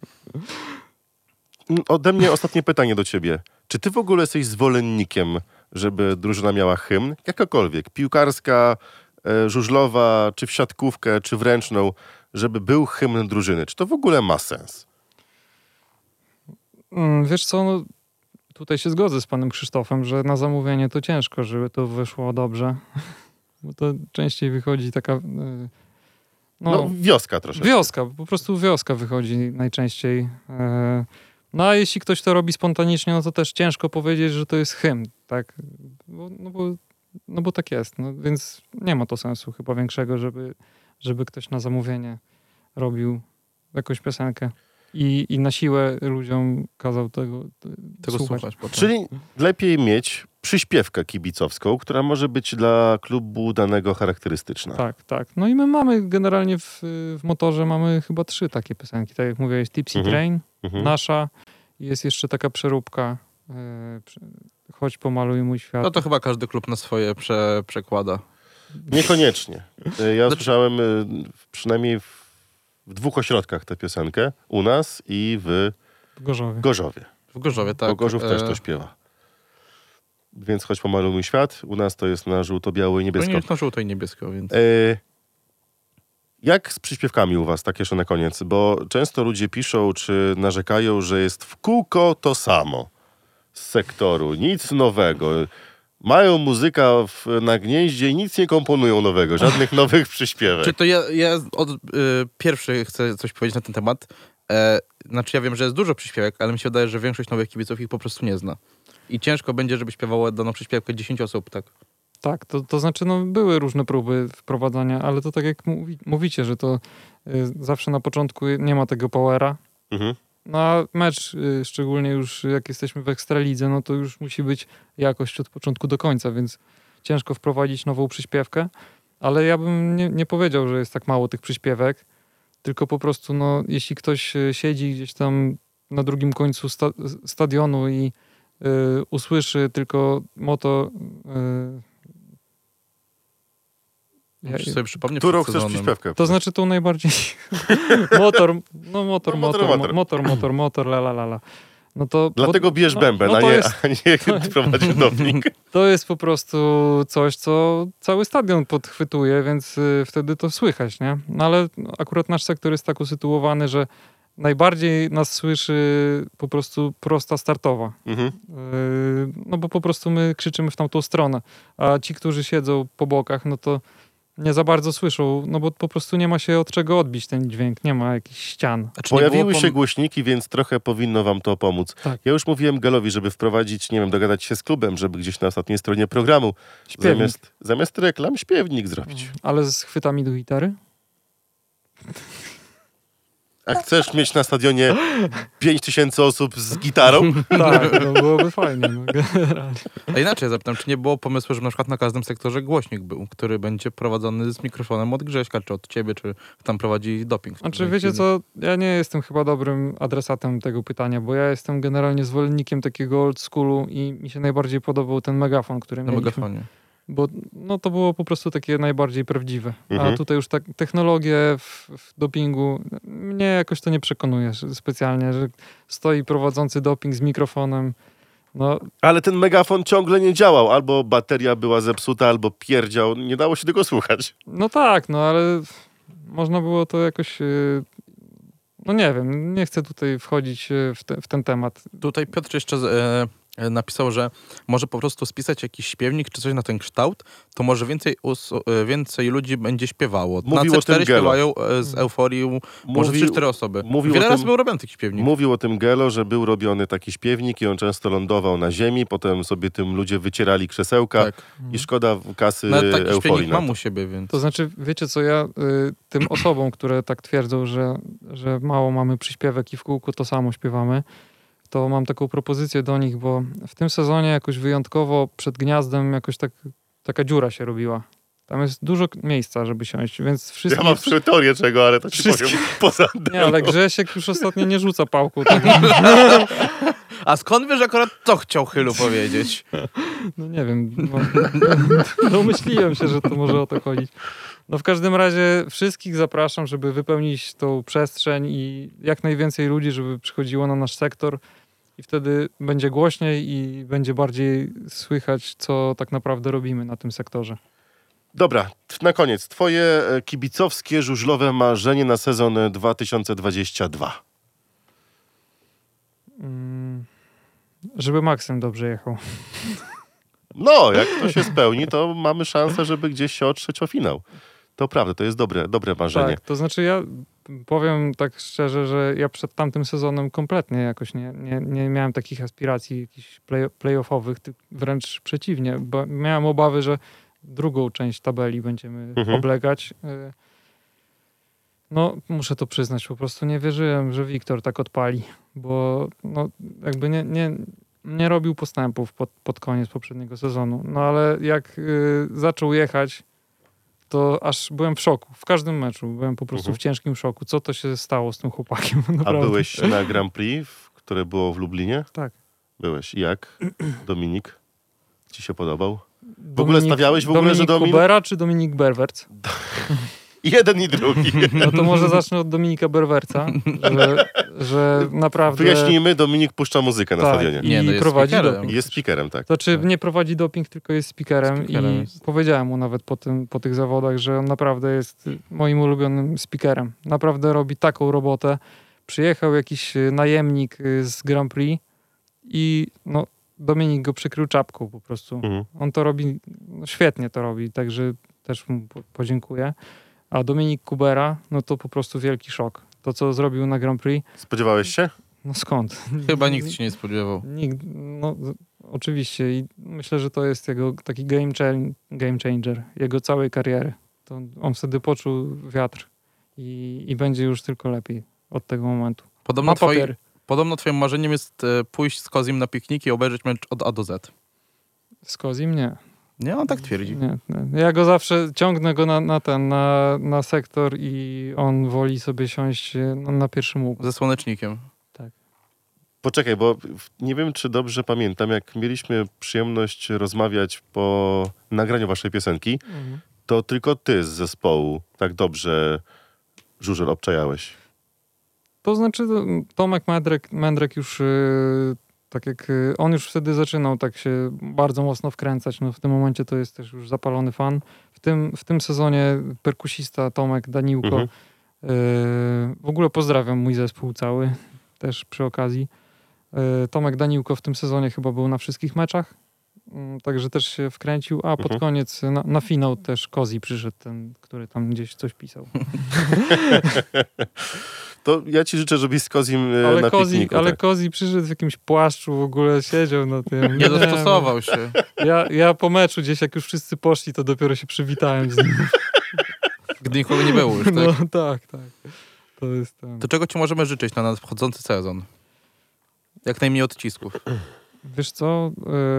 S2: Ode mnie ostatnie pytanie do ciebie. Czy ty w ogóle jesteś zwolennikiem, żeby drużyna miała hymn? Jakakolwiek. Piłkarska, żużlowa, czy w siatkówkę, czy w ręczną, żeby był hymn drużyny. Czy to w ogóle ma sens?
S4: Wiesz co, no, tutaj się zgodzę z panem Krzysztofem, że na zamówienie to ciężko, żeby to wyszło dobrze. Bo to częściej wychodzi taka...
S2: No, wioska troszeczkę.
S4: Wioska, po prostu wioska wychodzi najczęściej. No a jeśli ktoś to robi spontanicznie, no to też ciężko powiedzieć, że to jest hymn, tak? Bo tak jest. No, więc nie ma to sensu chyba większego, żeby ktoś na zamówienie robił jakąś piosenkę i na siłę ludziom kazał tego słuchać.
S3: potem.
S2: Czyli lepiej mieć przyśpiewkę kibicowską, która może być dla klubu danego charakterystyczna.
S4: Tak. No i my mamy generalnie w motorze mamy chyba 3 takie piosenki. Tak jak mówiłeś, Tipsy Train, nasza. Jest jeszcze taka przeróbka Chodź pomaluj mój świat.
S3: No to chyba każdy klub na swoje przekłada.
S2: Niekoniecznie. Ja słyszałem przynajmniej w 2 ośrodkach tę piosenkę. U nas i w
S4: Gorzowie.
S2: Gorzowie.
S3: W Gorzowie, tak.
S2: Bo Gorzów też to śpiewa. Więc Chodź pomaluj mój świat. U nas to jest na żółto, biało i niebiesko.
S3: No nie, na żółto i niebiesko, więc...
S2: Jak z przyśpiewkami u was, tak jeszcze na koniec? Bo często ludzie piszą, czy narzekają, że jest w kółko to samo z sektoru, nic nowego. Mają muzyka na gnieździe i nic nie komponują nowego, żadnych nowych przyśpiewek.
S3: Czy to ja pierwszy chcę coś powiedzieć na ten temat. Znaczy ja wiem, że jest dużo przyśpiewek, ale mi się wydaje, że większość nowych kibiców ich po prostu nie zna. I ciężko będzie, żeby śpiewało daną przyśpiewkę 10 osób, tak?
S4: Tak, to znaczy były różne próby wprowadzania, ale to tak jak mówicie, że to zawsze na początku nie ma tego powera.
S2: Mhm.
S4: No a mecz, szczególnie już jak jesteśmy w Ekstralidze, no to już musi być jakość od początku do końca, więc ciężko wprowadzić nową przyśpiewkę, ale ja bym nie powiedział, że jest tak mało tych przyśpiewek, tylko po prostu jeśli ktoś siedzi gdzieś tam na drugim końcu stadionu i usłyszy tylko moto...
S3: Muszę sobie przypomnieć
S2: Którą
S3: przed
S2: chcesz
S3: sezonem.
S2: przyśpiewkę?
S4: To znaczy tą najbardziej... motor, la la la la. No to,
S2: Dlatego bierz bęben,
S4: no
S2: a
S4: to
S2: nie,
S4: jest-
S2: a nie prowadzi doping.
S4: To jest po prostu coś, co cały stadion podchwytuje, więc wtedy to słychać, nie? No ale akurat nasz sektor jest tak usytuowany, że najbardziej nas słyszy po prostu prosta startowa.
S2: Mhm.
S4: No bo po prostu my krzyczymy w tamtą stronę, a ci, którzy siedzą po bokach, no to nie za bardzo słyszą, no bo po prostu nie ma się od czego odbić ten dźwięk, nie ma jakichś ścian.
S3: A czy nie
S2: Pojawiły
S3: było
S2: się głośniki, więc trochę powinno wam to pomóc.
S4: Tak.
S2: Ja już mówiłem Gelowi, żeby wprowadzić, nie wiem, dogadać się z klubem, żeby gdzieś na ostatniej stronie programu
S4: Śpiewnik.
S2: zamiast reklam śpiewnik zrobić.
S4: Ale z chwytami do gitary?
S2: A chcesz mieć na stadionie 5000 osób z gitarą?
S4: Tak, no byłoby fajnie. No, generalnie.
S3: A inaczej zapytam, czy nie było pomysłu, żeby na przykład na każdym sektorze głośnik był, który będzie prowadzony z mikrofonem od Grześka, czy od ciebie, czy tam prowadzi doping?
S4: Znaczy wiecie co, ja nie jestem chyba dobrym adresatem tego pytania, bo ja jestem generalnie zwolennikiem takiego old schoolu i mi się najbardziej podobał ten megafon, który
S3: Na
S4: mieliśmy.
S3: megafonie.
S4: Bo to było po prostu takie najbardziej prawdziwe.
S2: Mhm.
S4: A tutaj już tak technologie w dopingu, mnie jakoś to nie przekonuje specjalnie, że stoi prowadzący doping z mikrofonem. No
S2: Ale ten megafon ciągle nie działał. Albo bateria była zepsuta, albo pierdział. Nie dało się tego słuchać.
S4: no tak, no ale można było to jakoś... No nie wiem, nie chcę tutaj wchodzić w ten temat.
S3: Tutaj Piotr jeszcze napisał, że może po prostu spisać jakiś śpiewnik czy coś na ten kształt, to może więcej ludzi będzie śpiewało.
S2: Mówił
S3: na
S2: o tym
S3: C4
S2: Gelo.
S3: śpiewają z euforii może 3-4 osoby. Wiele razy był robiony taki śpiewnik.
S2: Mówił o tym Gelo, że był robiony taki śpiewnik i on często lądował na ziemi, potem sobie tym ludzie wycierali krzesełka
S3: Tak.
S2: i szkoda kasy
S3: Nawet taki
S2: euforii
S3: śpiewnik
S2: na
S3: mam
S2: to.
S3: u siebie, więc...
S4: To znaczy, wiecie co, ja tym osobom, które tak twierdzą, że mało mamy przyśpiewek i w kółku to samo śpiewamy, to mam taką propozycję do nich, bo w tym sezonie jakoś wyjątkowo przed gniazdem jakoś taka dziura się robiła. Tam jest dużo miejsca, żeby siąść, więc wszyscy...
S2: Ja mam swoją teorię czego, ale to ci
S4: Wszystkie-
S2: powiem poza
S4: Nie, ale Grzesiek już ostatnio nie rzuca pałką. Tak?
S3: A skąd wiesz akurat to chciał Chylu powiedzieć?
S4: No nie wiem, domyśliłem się, że to może o to chodzić. No w każdym razie wszystkich zapraszam, żeby wypełnić tą przestrzeń i jak najwięcej ludzi, żeby przychodziło na nasz sektor i wtedy będzie głośniej i będzie bardziej słychać, co tak naprawdę robimy na tym sektorze.
S2: Dobra, na koniec. Twoje kibicowskie, żużlowe marzenie na sezon 2022.
S4: Żeby Maksym dobrze jechał.
S2: No, jak to się spełni, to mamy szansę, żeby gdzieś się otrzeć o finał. To prawda, to jest dobre marzenie.
S4: Tak, to znaczy ja powiem tak szczerze, że ja przed tamtym sezonem kompletnie jakoś nie miałem takich aspiracji jakichś playoffowych, wręcz przeciwnie, bo miałem obawy, że drugą część tabeli będziemy oblegać. No, muszę to przyznać, po prostu nie wierzyłem, że Wiktor tak odpali, bo no, jakby nie robił postępów pod koniec poprzedniego sezonu. No ale jak zaczął jechać, to aż byłem w szoku. W każdym meczu byłem po prostu w ciężkim szoku. Co to się stało z tym chłopakiem?
S2: A
S4: Naprawdę.
S2: byłeś na Grand Prix, które było w Lublinie?
S4: Tak.
S2: Byłeś. I jak? Dominik? Ci się podobał? W ogóle stawiałeś w ogóle, że
S4: Dominik
S2: Domin...
S4: Kubera czy Dominik Berwerc?
S2: Jeden i drugi.
S4: No to może zacznę od Dominika Berwerca, że naprawdę...
S2: Wyjaśnijmy, Dominik puszcza muzykę na
S4: Tak.
S2: stadionie.
S3: Nie, no
S4: I
S3: jest
S4: prowadzi
S3: speakerem.
S4: doping.
S2: Jest speakerem, tak.
S4: Znaczy nie prowadzi doping, tylko jest speakerem
S3: Speakerem
S4: i
S3: jest.
S4: powiedziałem mu nawet po tych zawodach, że on naprawdę jest moim ulubionym speakerem. Naprawdę robi taką robotę. Przyjechał jakiś najemnik z Grand Prix i no, Dominik go przykrył czapką po prostu.
S2: Mhm.
S4: On to robi, no, świetnie to robi, także też mu podziękuję. A Dominik Kubera, no to po prostu wielki szok. To, co zrobił na Grand Prix,
S2: Spodziewałeś się?
S4: no skąd?
S3: Chyba nikt się nie spodziewał.
S4: Nikt, no oczywiście i myślę, że to jest jego taki game changer jego całej kariery. To on wtedy poczuł wiatr i będzie już tylko lepiej od tego momentu.
S3: Podobno,
S4: Ma papier.
S3: podobno twoim marzeniem jest pójść z Kozim na piknik i obejrzeć mecz od A do Z.
S4: Z Kozim nie.
S3: Nie, on tak twierdzi.
S4: Nie. Ja go zawsze ciągnę go na sektor i on woli sobie siąść na pierwszym łuku.
S3: Ze słonecznikiem.
S2: Poczekaj, bo nie wiem, czy dobrze pamiętam, jak mieliśmy przyjemność rozmawiać po nagraniu waszej piosenki, to tylko ty z zespołu tak dobrze żużel obczajałeś.
S4: To znaczy Tomek Mędrek już tak jak on już wtedy zaczynał tak się bardzo mocno wkręcać, no w tym momencie to jest też już zapalony fan. W tym sezonie perkusista Tomek Daniłko,
S2: Mhm.
S4: w ogóle pozdrawiam mój zespół cały, też przy okazji. Tomek Daniłko w tym sezonie chyba był na wszystkich meczach, także też się wkręcił, a pod
S2: Mhm.
S4: koniec na finał też Kozi przyszedł, ten, który tam gdzieś coś pisał.
S2: To ja ci życzę, żebyś z Kozim na pikniku.
S4: Ale
S2: tak.
S4: Kozi przyszedł w jakimś płaszczu, w ogóle siedział na tym.
S3: Nie dostosował się.
S4: Ja po meczu gdzieś, jak już wszyscy poszli, to dopiero się przywitałem z nim.
S3: Gdy nikogo nie było już, tak?
S4: No tak. To jest ten.
S3: To czego ci możemy życzyć na nadchodzący sezon? Jak najmniej odcisków.
S4: Wiesz co,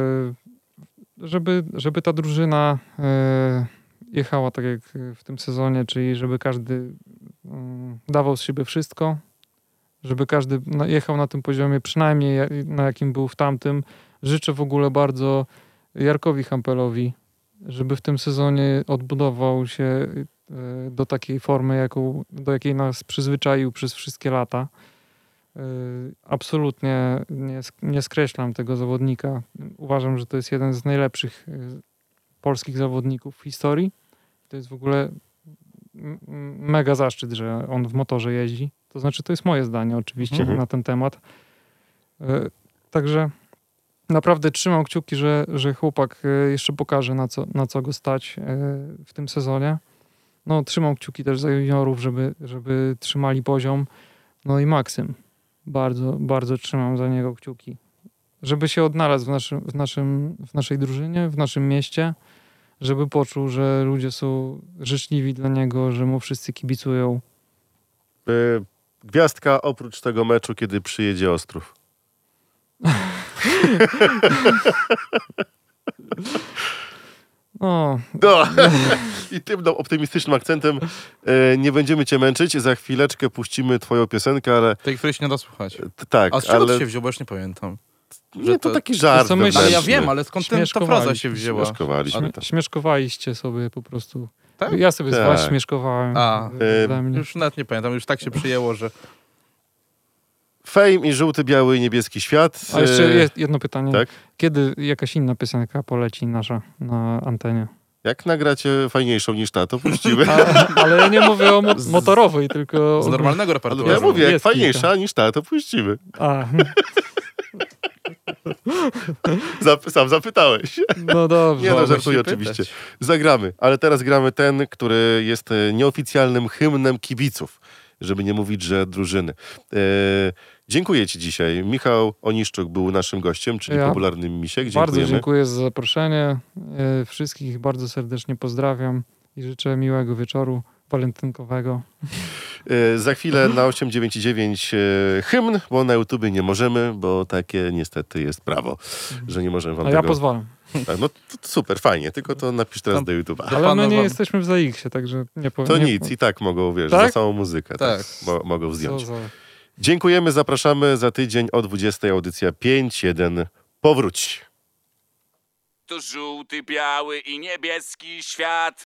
S4: żeby ta drużyna jechała tak jak w tym sezonie, czyli żeby każdy dawał z siebie wszystko, żeby każdy jechał na tym poziomie, przynajmniej na jakim był w tamtym. Życzę w ogóle bardzo Jarkowi Hampelowi, żeby w tym sezonie odbudował się do takiej formy, do jakiej nas przyzwyczaił przez wszystkie lata. Absolutnie nie skreślam tego zawodnika. Uważam, że to jest jeden z najlepszych polskich zawodników w historii. To jest w ogóle mega zaszczyt, że on w motorze jeździ. To znaczy, to jest moje zdanie oczywiście
S2: Mhm.
S4: na ten temat. Także naprawdę trzymam kciuki, że chłopak jeszcze pokaże, na co go stać w tym sezonie. No, trzymam kciuki też za juniorów, żeby trzymali poziom. No i Maksym. Bardzo, bardzo trzymam za niego kciuki. Żeby się odnalazł w naszej drużynie, w naszym mieście, żeby poczuł, że ludzie są życzliwi dla niego, że mu wszyscy kibicują.
S2: Gwiazdka oprócz tego meczu, kiedy przyjedzie Ostrów.
S4: No,
S2: No. I tym optymistycznym akcentem nie będziemy cię męczyć. Za chwileczkę puścimy twoją piosenkę, ale
S3: Tej, której się nie da słuchać.
S2: tak,
S3: A z czego
S2: ale
S3: to się wziął, bo już nie pamiętam.
S2: nie, to taki żart
S4: co myślisz?
S3: Ale ja
S2: wewnętrzny.
S3: wiem, ale skąd ta
S4: Śmieszkowali.
S3: fraza się wzięła?
S2: Śmieszkowaliśmy. tak.
S4: śmieszkowaliście sobie po prostu.
S3: Tak?
S4: Ja sobie z
S2: Tak.
S4: was śmieszkowałem.
S3: A,
S4: Ze mnie.
S3: Już nawet nie pamiętam, już tak się przyjęło, że...
S2: Fame i żółty, biały i niebieski świat.
S4: A jeszcze jest jedno pytanie.
S2: tak?
S4: Kiedy jakaś inna piosenka poleci nasza na antenie?
S2: Jak nagracie fajniejszą niż ta, to puścimy.
S4: Ale ja nie mówię o motorowej, tylko...
S3: Z normalnego
S2: Ale
S3: repertuaru.
S2: ja mówię, jak
S4: Jest
S2: fajniejsza niż ta, to puścimy.
S4: A,
S2: Sam zapytałeś.
S4: no dobrze.
S2: Nie no,
S3: Mogę
S2: żartuję
S3: się
S2: oczywiście.
S3: pytać.
S2: Zagramy, ale teraz gramy ten, który jest nieoficjalnym hymnem kibiców, żeby nie mówić, że drużyny. Dziękuję ci dzisiaj. Michał Oniszczuk był naszym gościem, czyli
S4: Ja
S2: popularnym Misiek.
S4: Bardzo
S2: Dziękujemy.
S4: dziękuję za zaproszenie. Wszystkich bardzo serdecznie pozdrawiam i życzę miłego wieczoru walentynkowego.
S2: Za chwilę na 899 hymn, bo na YouTubie nie możemy, bo takie niestety jest prawo, że nie możemy wam
S4: A ja
S2: tego...
S4: pozwalam.
S2: Tak, no to super, fajnie, tylko to napisz teraz
S3: Tam-
S2: do YouTube'a.
S4: Ale my nie
S3: Zapanowam.
S4: jesteśmy w ZAX-ie, także nie powiem.
S2: To
S4: nie,
S2: nic, i tak mogą, wiesz,
S4: Tak?
S2: za samą muzykę
S3: Tak.
S2: mogą
S4: Co
S2: zdjąć.
S4: za...
S2: Dziękujemy, zapraszamy za tydzień o 20 audycja 5.1. Powróć.
S1: To żółty, biały i niebieski świat.